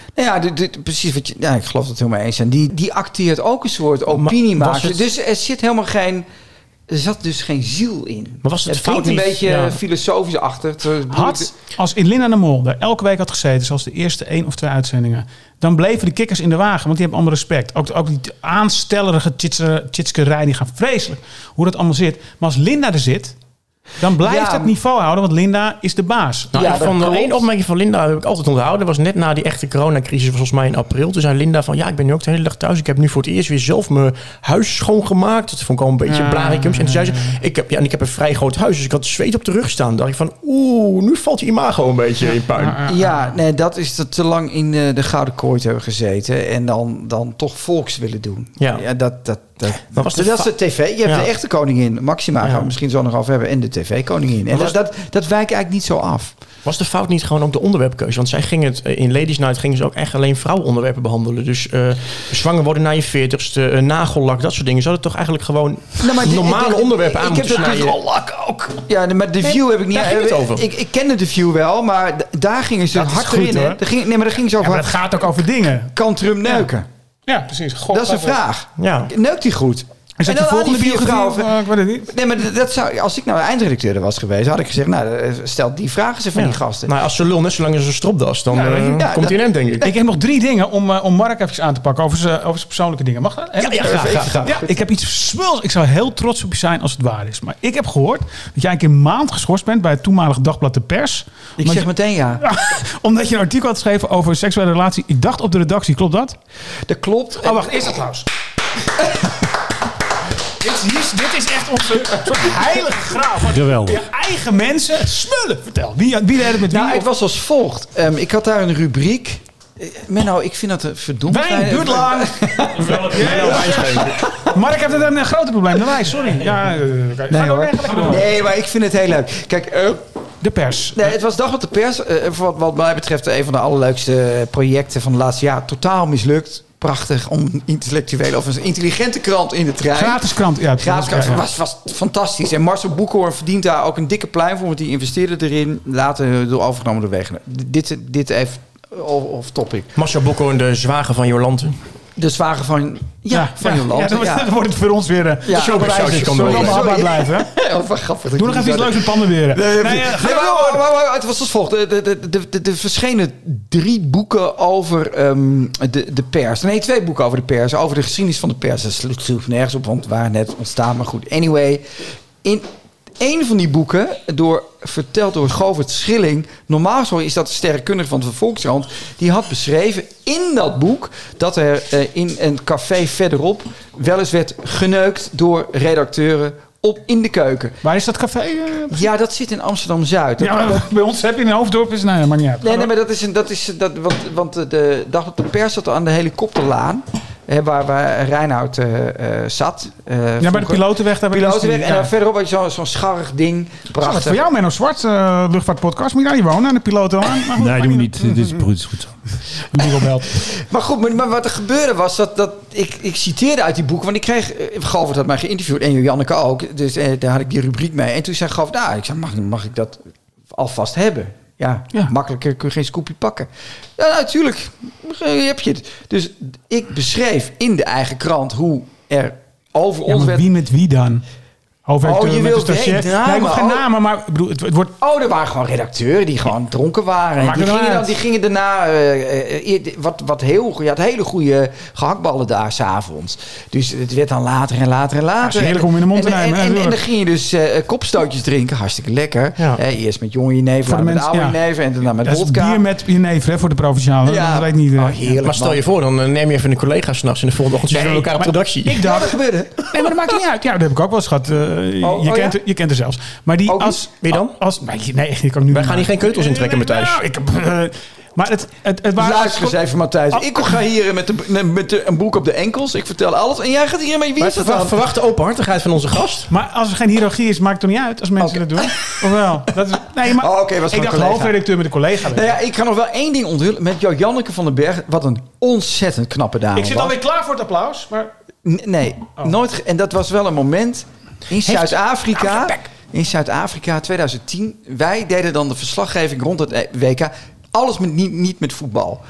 Nou ja, de, de, precies wat je... Ja, ik geloof dat het helemaal eens zijn. Die, die acteert ook een soort opiniemaker. het... Dus er zit helemaal geen... Er zat dus geen ziel in. Maar was het het fout klinkt een niet? beetje Ja. filosofisch achter. Had, als in Linda de Mol daar elke week had gezeten, zoals de eerste één of twee uitzendingen, dan bleven de kikkers in de wagen, want die hebben allemaal respect. Ook, ook die aanstellerige tjitske- tjitskerij, die gaan vreselijk hoe dat allemaal zit. Maar als Linda er zit, dan blijft Ja. het niveau houden, want Linda is de baas. Nou, Ja, ik dat vond klopt. één opmerking van Linda heb ik altijd onthouden. Dat was net na die echte coronacrisis, volgens mij in april. Toen zei Linda van, ja, ik ben nu ook de hele dag thuis. Ik heb nu voor het eerst weer zelf mijn huis schoongemaakt. Dat vond ik al een beetje blarikums. En toen zei ze, ik heb, ja, en ik heb een vrij groot huis, dus ik had zweet op de rug staan. Dan dacht ik van, oeh, nu valt je imago een beetje in puin. Ja, nee, dat is dat te lang in de, de gouden kooi te hebben gezeten. En dan, dan toch volks willen doen. Ja. dat, dat, dat, Maar was de dat is fa- de tv. Je hebt Ja. de echte koningin, Maxima, gaan we Ja. misschien zo nog over hebben. En de tv-koningin. En was- dat, dat, dat wijkt eigenlijk niet zo af. Was de fout niet gewoon ook de onderwerpkeuze? Want zij gingen het, in Ladies Night gingen ze ook echt alleen vrouwenonderwerpen behandelen. Dus uh, zwanger worden na je veertigste, uh, nagellak, dat soort dingen. Ze hadden toch eigenlijk gewoon Nou, maar de- normale de- de- onderwerpen aan ik moeten heb dat snijden. nagellak ook. Ja, maar de View heb ik niet... daar ging het over. Ik, ik kende de View wel, maar d- daar gingen ze Dat is hard goed, erin. hè. hoor. Daar ging, nee, maar daar ging ze Ja, over... maar het gaat ook over dingen. Kan Trump neuken? Ja, precies. God, Dat is een wat- vraag. Ja. Neukt hij goed? Is dat En de dan aan volgende die vier biografie? vrouwen- Of, uh, ik weet het niet. Nee, maar dat- dat zou, als ik nou eindredacteur was geweest, had ik gezegd, nou, eh, stel die vragen ze van Ja. die gasten. Nou, als ze lul net zo lang als een stropdas, dan Ja, uh, weet je, ja, komt hij in end, denk ik. Ik heb nog drie dingen om, uh, om Mark even aan te pakken over zijn over zijn persoonlijke dingen. Mag dat? Heb ik- ja, graag, graag, graag. Ja, ik heb iets smuls. Ik zou heel trots op je zijn als het waar is. Maar ik heb gehoord dat jij een keer een maand geschorst bent bij het toenmalige dagblad De Pers. ik Omdat zeg je- meteen ja. Omdat je een artikel had geschreven over een seksuele relatie. Ik dacht op de redactie, klopt dat? Dat klopt. Oh, wacht, eerst applaus. dit, is, hier- dit is echt onze soort heilige graal. Van Geweldig. je eigen mensen smullen. Vertel, wie, wie deed het met wie? Nou, het was als volgt. Um, ik had daar een rubriek. Eh, Menno, ik vind dat een verdomd... Wijn fijn- duurt lang. Mark heeft een, een groter probleem dan wij, sorry. Ja, uh, okay. Nee, Ga door, hoor. nee, ga lekker door. Nee, maar ik vind het heel leuk. Kijk, eh, De Pers. nee, het was Dagblad De Pers. eh, wat, wat mij betreft een van de allerleukste projecten van de laatste jaar. Totaal mislukt. Prachtig om een intellectuele of een intelligente krant in de trein. Gratis krant. Ja, Gratis krant. ja, ja. Was, was fantastisch. En Marcel Boekhoorn verdient daar ook een dikke pluim voor. Want die investeerde erin. Later door overgenomen door Wegener. Dit, dit even off topic. Marcel Bokhoorn, de zwager van Jolante. De zwager van... Ja, van Jolante. Ja, dan, wordt- Ja. dan wordt het voor ons weer... Uh, Ja, showbizsausje kan Zullen we door. allemaal Sorry. hapbaar blijven, hè? Oh, wat grappig. Doe nog even iets leuks met Pandenweren. Nee, Nee, nee, ja, ga nee, maar maar- door. maar- maar- het was als volgt. Er de, de, de, de, de verschenen drie boeken over ehm, de, de pers. Nee, twee boeken over de pers. Over de geschiedenis van de pers. Dat sloeg sloeg nergens op, want het waren net ontstaan. Maar goed, anyway. In een van die boeken, door, verteld door Govert Schilling... normaal gesproken is dat de sterrenkundige van de Volkskrant... die had beschreven in dat boek... dat er eh, in een café verderop... wel eens werd geneukt door redacteuren op in de keuken. Waar is dat café? uh, Ja, dat zit in Amsterdam-Zuid. Dat- ja, maar bij ons heb je een hoofddorp. Is, nee, dat maakt niet uit. Nee, nee, maar dat is een, dat is dat, want, want de- de dag op de pers zat aan de helikopterlaan, hè, waar, waar Reinoud eh, eh, zat. Eh, Ja, bij de vroeger. pilotenweg. Daar hebben we Pilotenweg. dus En die- dan verderop had je zo'n zo'n scharrig ding. Zo, wat Prachtig. voor jou, Menno Zwart, uh, luchtvaartpodcast. Moet je daar niet wonen, aan de pilotenlaan? Maar goed, Nee, maakt doe niet niet. Dit is goed, is goed zo. uit. Die belt. Maar goed, maar, maar wat er gebeurde was dat, dat ik, ik citeerde uit die boeken, want ik kreeg, eh, Govert had mij geïnterviewd en Janneke ook, dus eh, daar had ik die rubriek mee. En toen zei Govert, nou, ik zei, mag, mag ik dat alvast hebben? Ja, Ja. makkelijker kun je geen scoopje pakken. Ja, natuurlijk, heb je het. Dus ik beschreef in de eigen krant hoe er over Ja, ons maar werd... wie met wie dan? Hoofdredacteur Oh, je met wilt de stagiair? geen namen. Nee, ik wil geen Oh. namen, maar ik bedoel, het, het wordt... Oh, er waren gewoon redacteuren die gewoon dronken waren. En Maakt die, het gingen uit. dan, die gingen daarna... eh, eh, wat, wat heel, je had hele goede gehaktballen daar s'avonds. Dus het werd dan later en later en later. Ja, is heerlijk om in de mond te en, nemen, En, hè, en, en, dan natuurlijk. ging je dus eh, kopstootjes drinken. Hartstikke lekker. Ja. Eh, eerst met jonge jenever, Voor de later met mensen- oude ja. jenever en daarna met Dat is vodka. bier met jenever, hè, voor de provinciale. Ja. Dat weet niet. eh. Oh, heerlijk, Maar stel man. je voor, dan eh, neem je even een collega s'nachts en de volgende ochtend zitten we Nee, elkaar op de maar redactie. Ik Ja, dat dacht... gebeurde. Nee, maar dat maakt niet uit. Ja, dat heb ik ook wel eens gehad. Eh, je, oh, kent, ja? er- je kent er zelfs. Maar die Oh, wie? als... Wie dan? Als, nee, nee, die kan ik nu Wij gaan hier geen keutels intrekken, Matthijs. Nou, ik, eh, maar het, het, het waren... Luister eens even, Matthijs. Oh. Ik ga hier met, de, met de, een broek op de enkels. Ik vertel alles. En jij gaat hier met wie Wij is dat verwa- dan? verwachten openhartigheid van onze gast. Maar als er geen hiërarchie is, maakt het toch niet uit als mensen Oké. dat doen? Of wel? Dat is, nee, maar Oh, oké, was ik van een dacht collega. hoofdredacteur met een collega. Nou ja, ik kan nog wel één ding onthullen. Met jou, Janneke van den Berg. Wat een ontzettend knappe dame ik zit was. alweer klaar voor het applaus, maar... N- Nee, Oh. nooit. ge- En dat was wel een moment in Zuid-Afrika. In Zuid-Afrika twintig tien. Wij deden dan de verslaggeving rond het W K. Alles met, niet, niet met voetbal.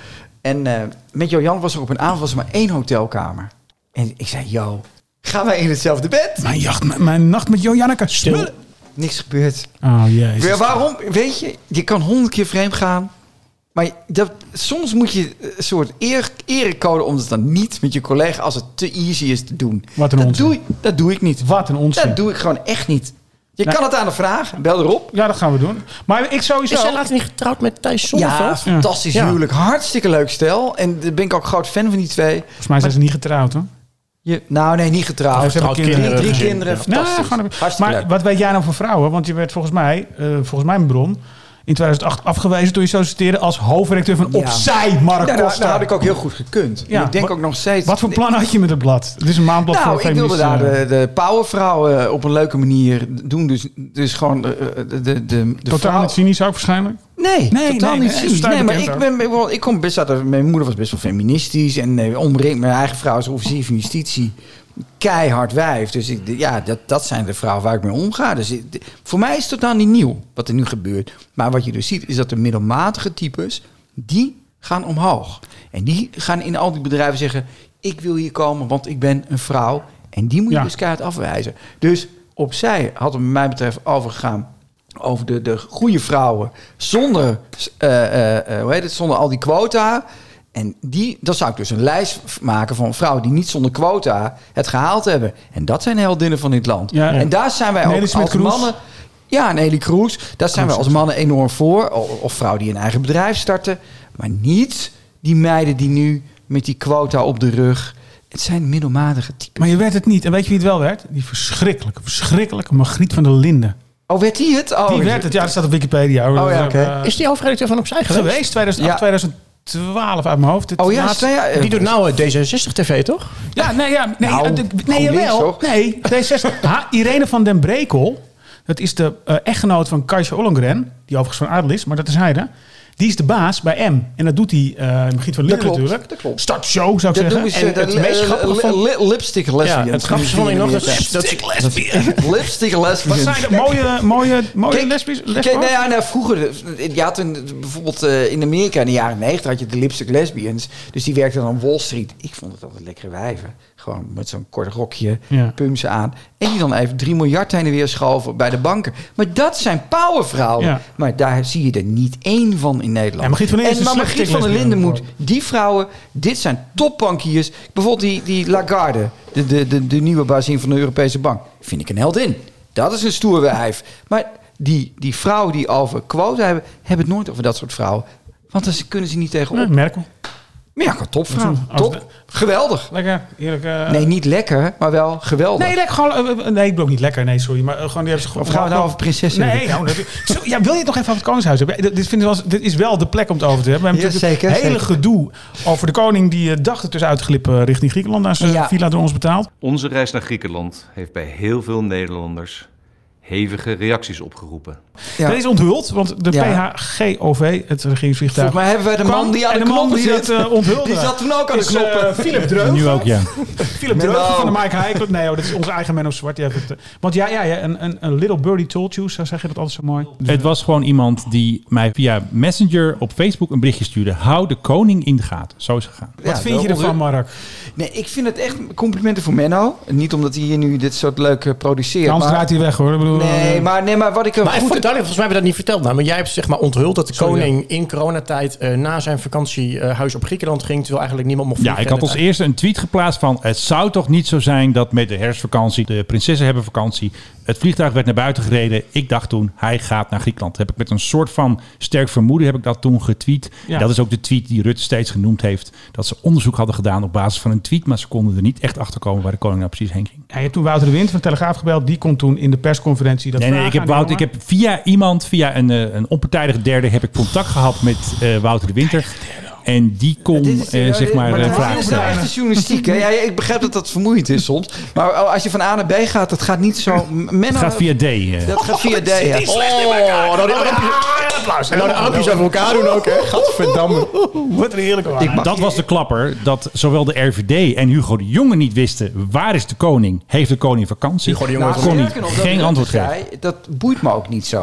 En uh, met Jojan was er op een avond was er maar één hotelkamer. En ik zei, yo, gaan wij in hetzelfde bed? Mijn, jacht, mijn nacht met Jojanneke. Stil. Niks gebeurd. Oh jezus. Weer, waarom? Weet je, je kan honderd keer vreemd gaan. Maar dat, soms moet je een soort eer, erecode om het dan niet met je collega als het te easy is te doen. Wat een dat onzin. Doe, dat doe ik niet. Wat een onzin. Dat doe ik gewoon echt niet. Je Nou, kan het aan de vragen. Bel erop. Ja, dat gaan we doen. Maar ik sowieso... Is zij later niet getrouwd met Thijs Ja, Zonneveld? fantastisch Ja. huwelijk. Hartstikke leuk stel. En daar ben ik ook groot fan van die twee. Volgens mij zijn ze niet getrouwd, hoor. Je, nou, nee, niet getrouwd. Oh, ze hebben Drie- kinderen. Drie, gezin. kinderen. Ja. Fantastisch. Nou, gewoon- Hartstikke maar leuk. wat weet jij nou van vrouwen? Want je werd volgens mij, uh, volgens mij mijn bron, in tweeduizend acht afgewezen toen je solliciteerde als hoofdredacteur van Ja. Opzij, Mark Ja, nou, Koster. nou had ik ook heel goed gekund. Ja, En ik denk wat- ook nog steeds... Wat voor plan had je met het blad? Het is een maandblad Nou, voor ik wilde feministen. daar de, de powervrouwen op een leuke manier doen. Dus, dus gewoon de, de, de, de Totaal vrouw- niet cynisch ook waarschijnlijk. Nee, Nee, totaal nee, niet nee, cynisch. sta je Nee, maar bekend ik, ook. ben, wel- ik kom best uit... de- Mijn moeder was best wel feministisch. En eh, omringd, mijn eigen vrouw is officier van justitie. Keihard wijf. Dus ik, ja, dat, dat zijn de vrouwen waar ik mee omga. Dus ik- de- voor mij is het totaal niet nieuw wat er nu gebeurt. Maar wat je dus ziet, is dat de middelmatige types... die gaan omhoog. En die gaan in al die bedrijven zeggen... ik wil hier komen, want ik ben een vrouw. En die moet je Ja. dus keihard afwijzen. Dus opzij had het, wat mij betreft, overgegaan... over de, de goede vrouwen zonder, eh, eh, eh, hoe heet het, zonder al die quota. En die, dan zou ik dus een lijst maken van vrouwen die niet zonder quota het gehaald hebben. En dat zijn heldinnen van dit land. Ja. En daar zijn wij Nelly ook als Smit-Kroes. mannen... Ja, Nelly Kroes. Daar zijn wij als mannen enorm voor. Of, of vrouwen die een eigen bedrijf starten. Maar niet die meiden die nu met die quota op de rug... Het zijn middelmatige typen. Maar je werd het niet. En weet je wie het wel werd? Die verschrikkelijke, verschrikkelijke Margriet van der Linden. Oh, werd die het? Oh, Die werd het. Ja, dat staat op Wikipedia. hoor. Oh ja, Dat, oké. eh, Is die hoofdredacteur van Opzij geweest? geweest? tweeduizend acht, Ja. tweeduizend twaalf uit mijn hoofd. Het Oh ja, laatste- twee jaar- Die doet nou het D zesenzestig T V, toch? Ja, nee, ja, nee, Nou, eh, de- nee, GroenLinks, jawel. toch? Nee, D zesenzestig. Ha, Irene van den Brekel, dat is de uh, echtgenoot van Kajsa Ollongren, die overigens van adel is, maar dat is hij. Die is de baas bij M. En dat doet hij, uh, Margriet van der Linden klopt, natuurlijk. dat klopt. Start show, zou ik Dat zeggen. doen ze, En de het li- meest li- grappige li- van- li- lipstick Ja, lesbians. het grappigste vond ik nog... Dat, dat, dat, Lipstick Wat lesbians. zijn de mooie, mooie, mooie Kijk, lesbisch? Kijk, lesbos? nou ja, nou, vroeger, je had een, bijvoorbeeld uh, in Amerika in de jaren negentig had je de lipstick lesbians. Dus die werkten dan op Wall Street. Ik vond het altijd lekkere wijven. Gewoon met zo'n kort rokje, Ja. pumsen aan. En die dan even drie miljard heen en weer schoven bij de banken. Maar dat zijn powervrouwen. Ja. Maar daar zie je er niet één van in Nederland. Ja, Margriet van der Linden en is maar een Margriet van der slipstick Linden moet, lesbian. die vrouwen, dit zijn topbankiers. Bijvoorbeeld die, die Lagarde, de, de, de, de nieuwe bazin van de Europese Bank. Vind ik een heldin. Dat is een stoer wijf. Maar die, die vrouwen die over quota hebben, hebben het nooit over dat soort vrouwen. Want dan kunnen ze niet tegenop. Nee, Merkel. Maar ja, topvrouw. Als Top. de- Geweldig. Lekker, eerlijk. eh, Nee, niet lekker, maar wel geweldig. Nee, lekker, gewoon, eh, eh, nee, ik bedoel niet lekker. Nee, sorry. Maar eh, gewoon, die hebben ze gewoon... Of gaan we het nou over prinsessen Nee, hebben? nou, dat, zo, ja, wil je het nog even over het Koningshuis hebben? Ja, Dit, vind ik wel, eens- dit is wel de plek om het over te hebben. We hebben Ja, natuurlijk zeker, het hele zeker. gedoe over de koning die uh, dacht er dus uitglippen richting Griekenland. Naar zijn Ja. villa door ons betaald. Onze reis naar Griekenland heeft bij heel veel Nederlanders hevige reacties opgeroepen. Ja. Dat is onthuld, want de Ja. P H G O V, het regeringsvliegtuig... Volgens mij hebben wij de man kwam die aan en de de man knoppen die zit. dat uh, onthulde. Die zat toen ook aan de is, uh, knoppen. Philip Dreugen. Nu ook, ja. Philip Menno. Dreugen van de Mike High Club. Nee, hoor, dat is onze eigen Menno Zwart. Die heeft het, uh, want ja, ja, ja een, een, een little birdie told you, zo zeg je dat altijd zo mooi. Dus, Het was gewoon iemand die mij via Messenger op Facebook een berichtje stuurde. Hou de koning in de gaten. Zo is het gegaan. wat Ja, vind je wel ervan, Mark? Nee, ik vind het echt complimenten voor Menno. Niet omdat hij hier nu dit soort leuk uh, produceert. Anders maar, draait hij weg, hoor. Ik bedoel, nee, uh, maar, nee, maar wat ik... Maar goed, even voor de duidelijkheid, volgens mij hebben we dat niet verteld. Nou, maar jij hebt zeg maar onthuld dat de Sorry, koning in coronatijd uh, na zijn vakantiehuis op Griekenland ging, terwijl eigenlijk niemand mocht Ja, vliegen. ik had En als het- eerste een tweet geplaatst van... het zou toch niet zo zijn dat met de herfstvakantie... de prinsessen hebben vakantie... het vliegtuig werd naar buiten gereden. Ik dacht toen, hij gaat naar Griekenland. Heb ik met een soort van sterk vermoeden heb ik dat toen getweet. Ja. Dat is ook de tweet die Rutte steeds genoemd heeft. Dat ze onderzoek hadden gedaan op basis van een tweet... maar ze konden er niet echt achter komen waar de koning nou precies heen ging. ja, je hebt toen Wouter de Wind van de Telegraaf gebeld. Die kon toen in de persconferentie dat Nee, nee, ik vragen heb, aan Wouter, die ik heb via iemand, via een, eh, een onpartijdige derde... heb ik contact gehad met eh, Wouter de Winter. En die kon, Dit is, eh, eh, zeg maar, maar eh, dit vragen is nou stellen. echt de journalistiek. Hè? Ja, ik begrijp dat dat vermoeiend is soms. Maar als je van A naar B gaat, dat gaat niet zo... Menno, Het gaat via D. eh. Dat gaat via D. Ja. Oh, nou die armpjes, en nou de armpjes over elkaar doen ook, hè? Gadverdamme. Wat een heerlijke waar. Ik mag- Dat was de klapper, dat zowel de R V D en Hugo de Jonge niet wisten... waar is de koning? Heeft de koning vakantie? Hugo de Jonge Nou, is kon sterker hij nog, dat geen Rutte antwoord zei, geven. Dat boeit me ook niet zo.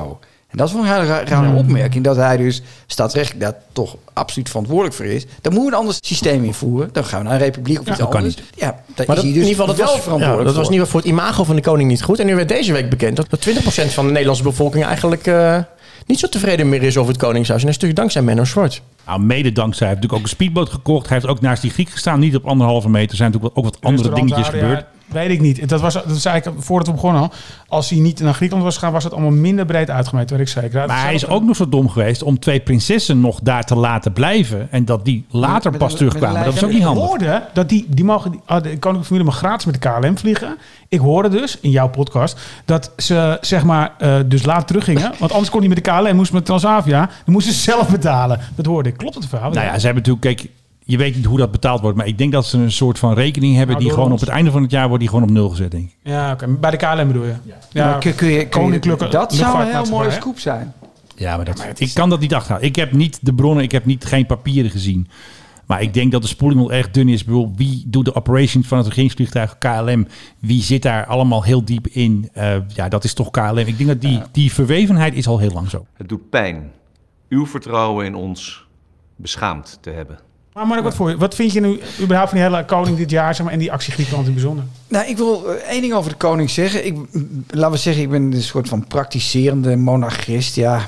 En dat is wel een hele ra- rare opmerking. Dat hij dus staatsrechtelijk daar toch absoluut verantwoordelijk voor is. Dan moeten we een ander systeem invoeren. Dan gaan we naar een republiek of iets dat kan anders. niet. Ja, daar Maar is dat, hij in dus ieder geval, dat wel was, verantwoordelijk ja, dat was in voor. ieder geval voor het imago van de koning niet goed. En nu werd deze week bekend dat, dat twintig procent van de Nederlandse bevolking eigenlijk uh, niet zo tevreden meer is over het Koningshuis. En dat is natuurlijk dankzij Menno Zwart. Nou, mede dankzij. Hij heeft natuurlijk ook een speedboot gekocht. Hij heeft ook naast die Griek gestaan. Niet op anderhalve meter. Er zijn natuurlijk ook wat andere dingetjes gebeurd. Ja, weet ik niet. Dat was, dat was eigenlijk voordat we begonnen al. Als hij niet naar Griekenland was gegaan, was het allemaal minder breed uitgemeten, weet ik zeker. Maar hij is ook nog zo dom geweest om twee prinsessen nog daar te laten blijven. En dat die later Met pas een- terugkwamen. met een Dat was ook lijf- niet Ik handig. hoorde dat die, die mogen, die, ah, de koninklijke familie mag gratis met de K L M vliegen. Ik hoorde dus in jouw podcast dat ze zeg maar uh, dus laat teruggingen. Want anders kon hij met de K L M, moest met Transavia. Dan moesten ze zelf betalen. Dat hoorde ik. Klopt het verhaal? Nou ja, ze hebben natuurlijk, kijk, je weet niet hoe dat betaald wordt. Maar ik denk dat ze een soort van rekening hebben Nou, die door gewoon ons. op het einde van het jaar wordt die gewoon op nul gezet, denk ik. Ja, oké. Bij de K L M bedoel je? Ja. Maar kun, kun je, kun je, Koninklijke dat zou een heel luchtvaartmaatschappij, mooie hè? scoop zijn. Ja, maar, dat, ik kan dat niet achterhalen. Ik heb niet de bronnen, ik heb niet geen papieren gezien. Maar ik denk dat de spoeling wel erg dun is. Ik bedoel, wie doet de operations van het regeringsvliegtuig K L M? Wie zit daar allemaal heel diep in? Uh, ja, dat is toch K L M. Ik denk dat die, die verwevenheid is al heel lang zo. Het doet pijn uw vertrouwen in ons beschaamd te hebben. Maar Mark, wat, voor je? Wat vind je nu überhaupt van die hele koning dit jaar, zeg maar, en die actie Griekenland in het bijzonder? Nou, ik wil uh, één ding over de koning zeggen. Ik, laten we zeggen, ik ben een soort van praktiserende monarchist. Ja,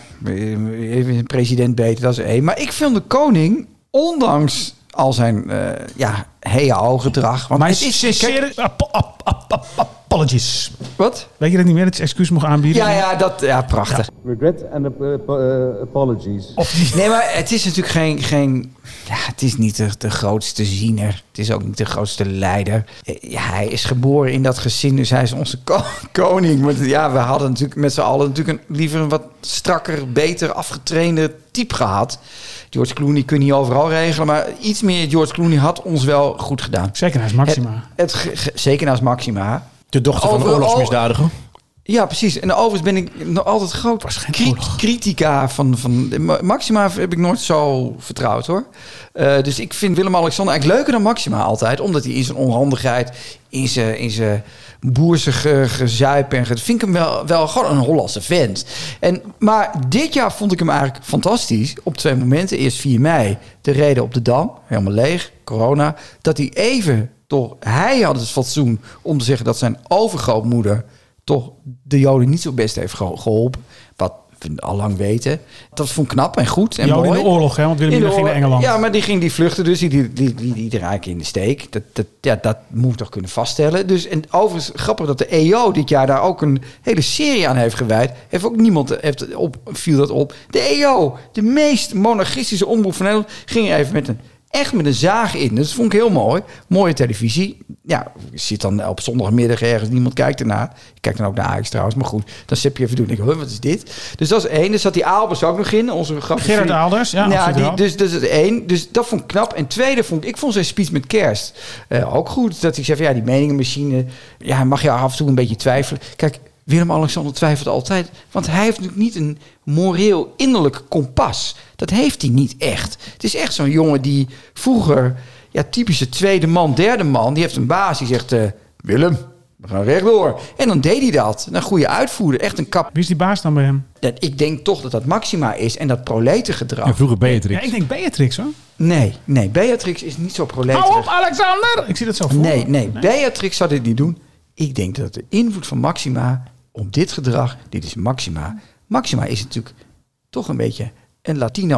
even een president beter, dat is één. Maar ik vind de koning, ondanks al zijn uh, ja, heao gedrag. Want maar het is zeer ap, ap, ap, ap, apologies. Wat? Weet je dat niet meer? Dat je excuus mocht aanbieden? Ja, ja, dat, ja, prachtig. Ja. Regret and uh, uh, apologies. Of die... Nee, maar het is natuurlijk geen... geen ja, het is niet de, de grootste ziener. Het is ook niet de grootste leider. Ja, hij is geboren in dat gezin, dus hij is onze ko- koning. Maar ja, we hadden natuurlijk met z'n allen natuurlijk een, liever een wat strakker, beter afgetrainde type gehad. George Clooney kun je niet overal regelen, maar iets meer George Clooney had ons wel goed gedaan. Zeker naast Maxima. Het, het, ge, zeker naast Maxima. De dochter van een Over- oorlogsmisdadiger. Ja, precies. En overigens ben ik nog altijd groot cri- critica van, van... Maxima heb ik nooit zo vertrouwd, hoor. Uh, dus ik vind Willem-Alexander eigenlijk leuker dan Maxima altijd. Omdat hij in zijn onhandigheid, in zijn, in zijn boerse ge, gezuip en ge, vind ik hem wel, wel gewoon een Hollandse vent. En, maar dit jaar vond ik hem eigenlijk fantastisch. Op twee momenten. Eerst vier mei, de reden op de Dam. Helemaal leeg, corona. Dat hij even, toch... Hij had het fatsoen om te zeggen dat zijn overgrootmoeder... toch de Joden niet zo best heeft geholpen. Wat we al lang weten. Dat vond ik knap en goed en Joden mooi. in de oorlog, hè? Want Willem ging naar Engeland. Ja, maar die ging die vluchten dus. Die, die, die, die, die er eigenlijk in de steek. Dat, dat, ja, dat moet toch kunnen vaststellen. Dus, en overigens grappig dat de E O dit jaar daar ook een hele serie aan heeft gewijd. Heeft ook niemand heeft op, viel dat op. De E O, de meest monarchistische omroep van Nederland, ging er even met een... Echt met een zaag in. Dat vond ik heel mooi. Mooie televisie. Ja, je zit dan op zondagmiddag ergens. Niemand kijkt ernaar. Ik kijk dan ook naar Ajax trouwens. Maar goed, dan zip je even doen. En denk ik, wat is dit? Dus dat is één. Er zat die Aalbers ook nog in. Onze grappige Gerard vriend. Aalders, ja. Ja, die, die, dus dat is één. Dus dat vond ik knap. En tweede vond ik... Ik vond zijn speech met kerst uh, ook goed. Dat hij zei van, ja, die meningenmachine... Ja, mag je af en toe een beetje twijfelen. Kijk... Willem-Alexander twijfelt altijd. Want hij heeft natuurlijk niet een moreel innerlijk kompas. Dat heeft hij niet echt. Het is echt zo'n jongen die vroeger... Ja, typische tweede man, derde man. Die heeft een baas die zegt... Uh, Willem, we gaan rechtdoor. En dan deed hij dat. Een goede uitvoerder. Echt een kap. Wie is die baas dan bij hem? Dat, ik denk toch dat dat Maxima is. En dat proletengedrag. En vroeger Beatrix. Ja, ik denk Beatrix, hoor. Nee, nee. Beatrix is niet zo proleterig. Hou op, Alexander! Ik zie dat zo voor. Nee, nee, nee. Beatrix zou dit niet doen. Ik denk dat de invloed van Maxima... op dit gedrag, dit is Maxima. Maxima is natuurlijk toch een beetje een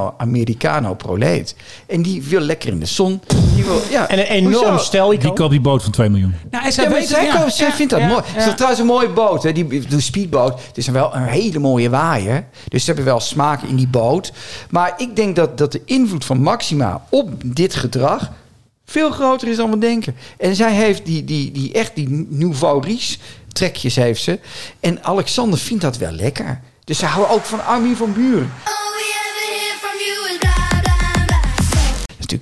Latino-Americano-proleet. En die wil lekker in de zon. Die wil, ja, En een enorm stel. Die koopt die boot van twee miljoen. Nou, zij Ja, maar weet zij, het, ja. zij Ja, vindt dat ja, mooi. ja. Het is trouwens een mooie boot, hè? Die, de speedboot. Het is wel een hele mooie waaier. Dus ze hebben wel smaak in die boot. Maar ik denk dat, dat de invloed van Maxima op dit gedrag... veel groter is dan we denken. En zij heeft die, die, die echt die nouveau riche trekjes heeft ze. En Alexander vindt dat wel lekker. Dus ze houden ook van Armin van Buuren. Dat is natuurlijk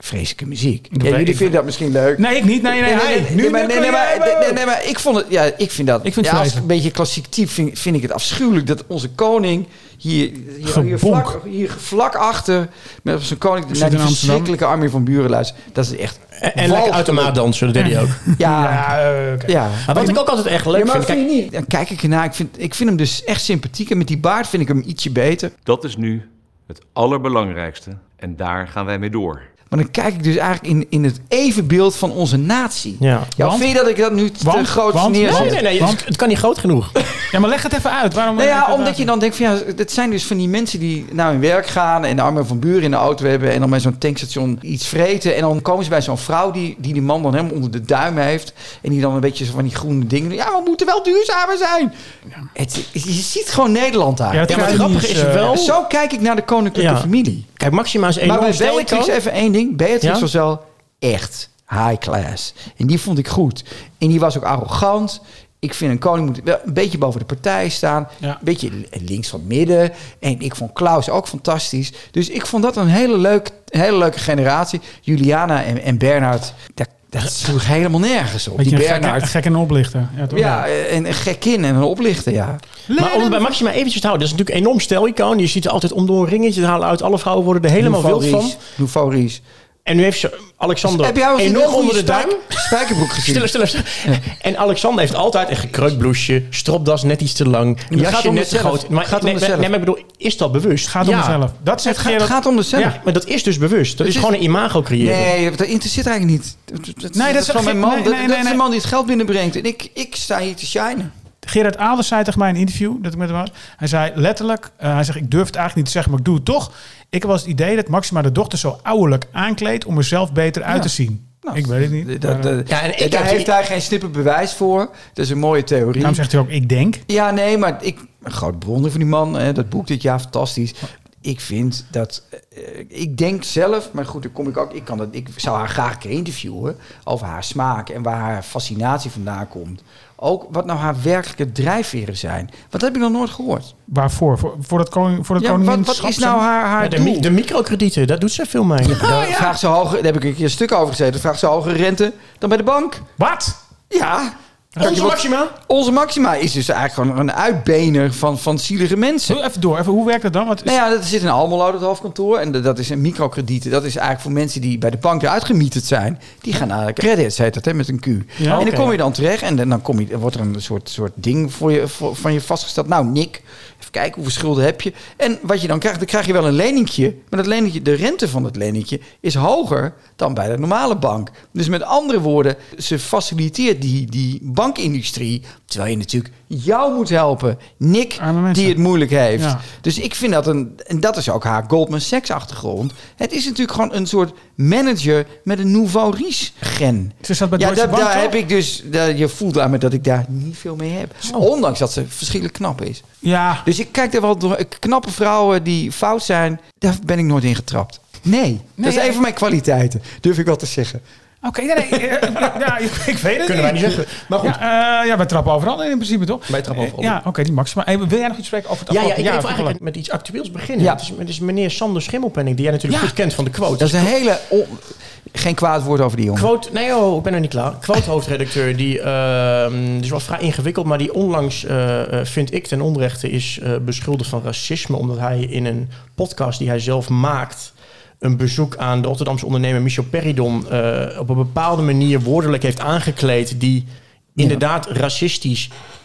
vreselijke muziek. Dat Ja, weet jullie ik. vinden dat misschien leuk. Nee, ik niet. Nee, nee, nee. nee. Nu nee, maar, nu nee, kun nee, maar, jij nee, wel. nee, nee, maar ik vond het, ja, ik vind dat, Ik vind het ja, als vreselijk. een beetje klassiek type vind, vind ik het afschuwelijk dat onze koning hier, hier, hier, Gebonk. vlak, hier vlak achter met op zijn koning zit naar die in Amsterdam. verschrikkelijke Armin van Buren luistert. Dat is echt En, en lekker uit de maat dansen, dat deed hij ook. Ja, Ja, eh, oké. ja. Maar wat ik ook altijd echt leuk Ja, maar vind... vind Kijk, je niet? Dan kijk ik ernaar. Ik vind, ik vind hem dus echt sympathiek. En met die baard vind ik hem ietsje beter. Dat is nu het allerbelangrijkste en daar gaan wij mee door. Maar dan kijk ik dus eigenlijk in, in het evenbeeld van onze natie. Ja. Ja, Want? vind je dat ik dat nu te Want? groot Want? neerzet? Nee, nee, nee. Want- Het, het kan niet groot genoeg. Ja, maar leg het even uit. Waarom? Nou ja, omdat je dan denkt van ja, het zijn dus van die mensen die naar hun werk gaan en de Armin van Buren in de auto hebben en dan bij zo'n tankstation iets vreten en dan komen ze bij zo'n vrouw die, die die man dan helemaal onder de duim heeft en die dan een beetje zo van die groene dingen doen. Ja, we moeten wel duurzamer zijn. Het, je ziet gewoon Nederland daar. Ja, het Ja, maar het krijg je grappige niet, is eh, wel... Zo kijk ik naar de koninklijke Ja. familie. Kijk, Maxima is Maar enorm bij sterk. Beatrix even één ding. Beatrix Ja? was wel echt high class. En die vond ik goed. En die was ook arrogant. Ik vind een koning moet wel een beetje boven de partij staan. Ja. Een beetje links van het midden. En ik vond Klaus ook fantastisch. Dus ik vond dat een hele, leuk, hele leuke generatie. Juliana en, en Bernhard, dat, dat sloeg helemaal nergens op. Beetje Die een gek, Bernhard. gek en oplichten. Ja, toch? Ja, en een gekin en een oplichter, ja. Maar om het bij Maxima eventjes te houden, dat is natuurlijk een enorm stijlicoon. Je ziet er altijd om door een ringetje te halen uit. Alle vrouwen worden er helemaal Nouveau wild van. Ries. Nouveau Ries. En nu heeft ze Alexander Heb jij wel eens een enorm goede onder de duim. spijk- spijkerbroek gezien? Stiller, stiller, stiller. En Alexander heeft altijd een gekreukt blouseje, stropdas net iets te lang, het gaat jasje om net te mezelf. groot. Maar, Het gaat om nee, mezelf. nee, maar ik bedoel, is dat bewust? Het gaat om Ja. mezelf. Dat zegt Het gaat, Gerard. gaat om de zelf. Ja, maar dat is dus bewust. Dat Het is is- gewoon een imago creëren. Nee, dat interesseert eigenlijk niet. Dat, dat, Nee, dat is is van mijn geen- man. nee, Dat, nee, dat nee, is de nee. man die het geld binnenbrengt. En ik, ik sta hier te shinen. Gerard Adels zei tegen mij in een interview dat ik met hem was. Hij zei letterlijk, uh, hij zegt, ik durf het eigenlijk niet te zeggen, maar ik doe het toch. Ik heb wel eens het idee dat Maxima de dochter zo ouderlijk aankleedt om er zelf beter uit Ja. te zien. Nou, ik weet het niet. Dat, maar, dat, uh, Ja, en ik daar heb- heeft hij geen snippen bewijs voor. Dat is een mooie theorie. daarom zegt hij ook, ik denk. Ja, nee, maar ik... Een groot bewondering van die man. Hè, dat boek dit jaar, fantastisch. Ik vind dat... eh, ik denk zelf... Maar goed, dan kom ik ook... Ik, kan dat, ik zou haar graag een keer interviewen over haar smaak en waar haar fascinatie vandaan komt. Ook wat nou haar werkelijke drijfveren zijn. Wat heb ik nog nooit gehoord? Waarvoor? Voor, voor dat koning, voor dat Ja, koningin. wat, wat is nou haar, haar Ja, de, doel? mi- de microkredieten, daar doet ze veel mee. Daar vraagt ze hoger, daar heb ik een keer een stuk over gezeten. Vraagt ze hogere rente dan bij de bank. Wat? Ja. Onze Maxima? Onze Maxima is dus eigenlijk gewoon een uitbener van, van zielige mensen. Doe even door. Even, hoe werkt dat dan? Wat is, Nou ja, dat zit in Almelo, het hoofdkantoor. En dat is een microkredieten. Dat is eigenlijk voor mensen die bij de bank eruit gemieterd zijn. Die gaan naar credits, heet dat, hè, met een Q. Ja, en oké. dan kom je dan terecht en dan, dan kom je, wordt er een soort, soort ding voor je, voor, van je vastgesteld. Nou, Nick, even kijken hoeveel schulden heb je. En wat je dan krijgt, dan krijg je wel een leningje. Maar dat leningje, de rente van het leningje is hoger dan bij de normale bank. Dus met andere woorden, ze faciliteert die, die bankindustrie. Terwijl je natuurlijk jou moet helpen. Nick, Arme mensen. die het moeilijk heeft. Ja. Dus ik vind dat een... En dat is ook haar Goldman Sachs achtergrond. Het is natuurlijk gewoon een soort manager met een Nouveau Riche gen. Ze zat bij Ja, Deutsche daar, Bank, daar toch? heb ik dus... Daar, je voelt aan me dat ik daar niet veel mee heb. Ondanks dat ze verschillend knap is. Ja. Dus ik kijk daar wel door. Knappe vrouwen die fout zijn, daar ben ik nooit in getrapt. Nee, dat is ja. een van mijn kwaliteiten. Durf ik wel te zeggen. Oké, nee, nee, eh, ja, ik, ik weet het Kunnen wij niet zeggen. Maar goed. Ja, uh, ja, wij trappen overal in, in principe, toch? Wij trappen overal. Ja, oké, okay, die Maxima. Hey, wil jij nog iets spreken over het Ja, ja, afgelopen ik jaar? wil eigenlijk met iets actueels beginnen. Ja. Het, is, het is meneer Sander Schimmelpenninck, die jij natuurlijk Ja. goed kent van de Quote. Dat is een hele... on- Geen kwaad woord over die jongen. Quote, nee oh, ik ben nog niet klaar. Quote-hoofdredacteur, die uh, is wel vrij ingewikkeld, maar die onlangs, uh, uh, vind ik ten onrechte, is uh, beschuldigd van racisme, omdat hij in een podcast die hij zelf maakt, een bezoek aan de Rotterdamse ondernemer Michel Peridon uh, op een bepaalde manier woordelijk heeft aangekleed die inderdaad racistisch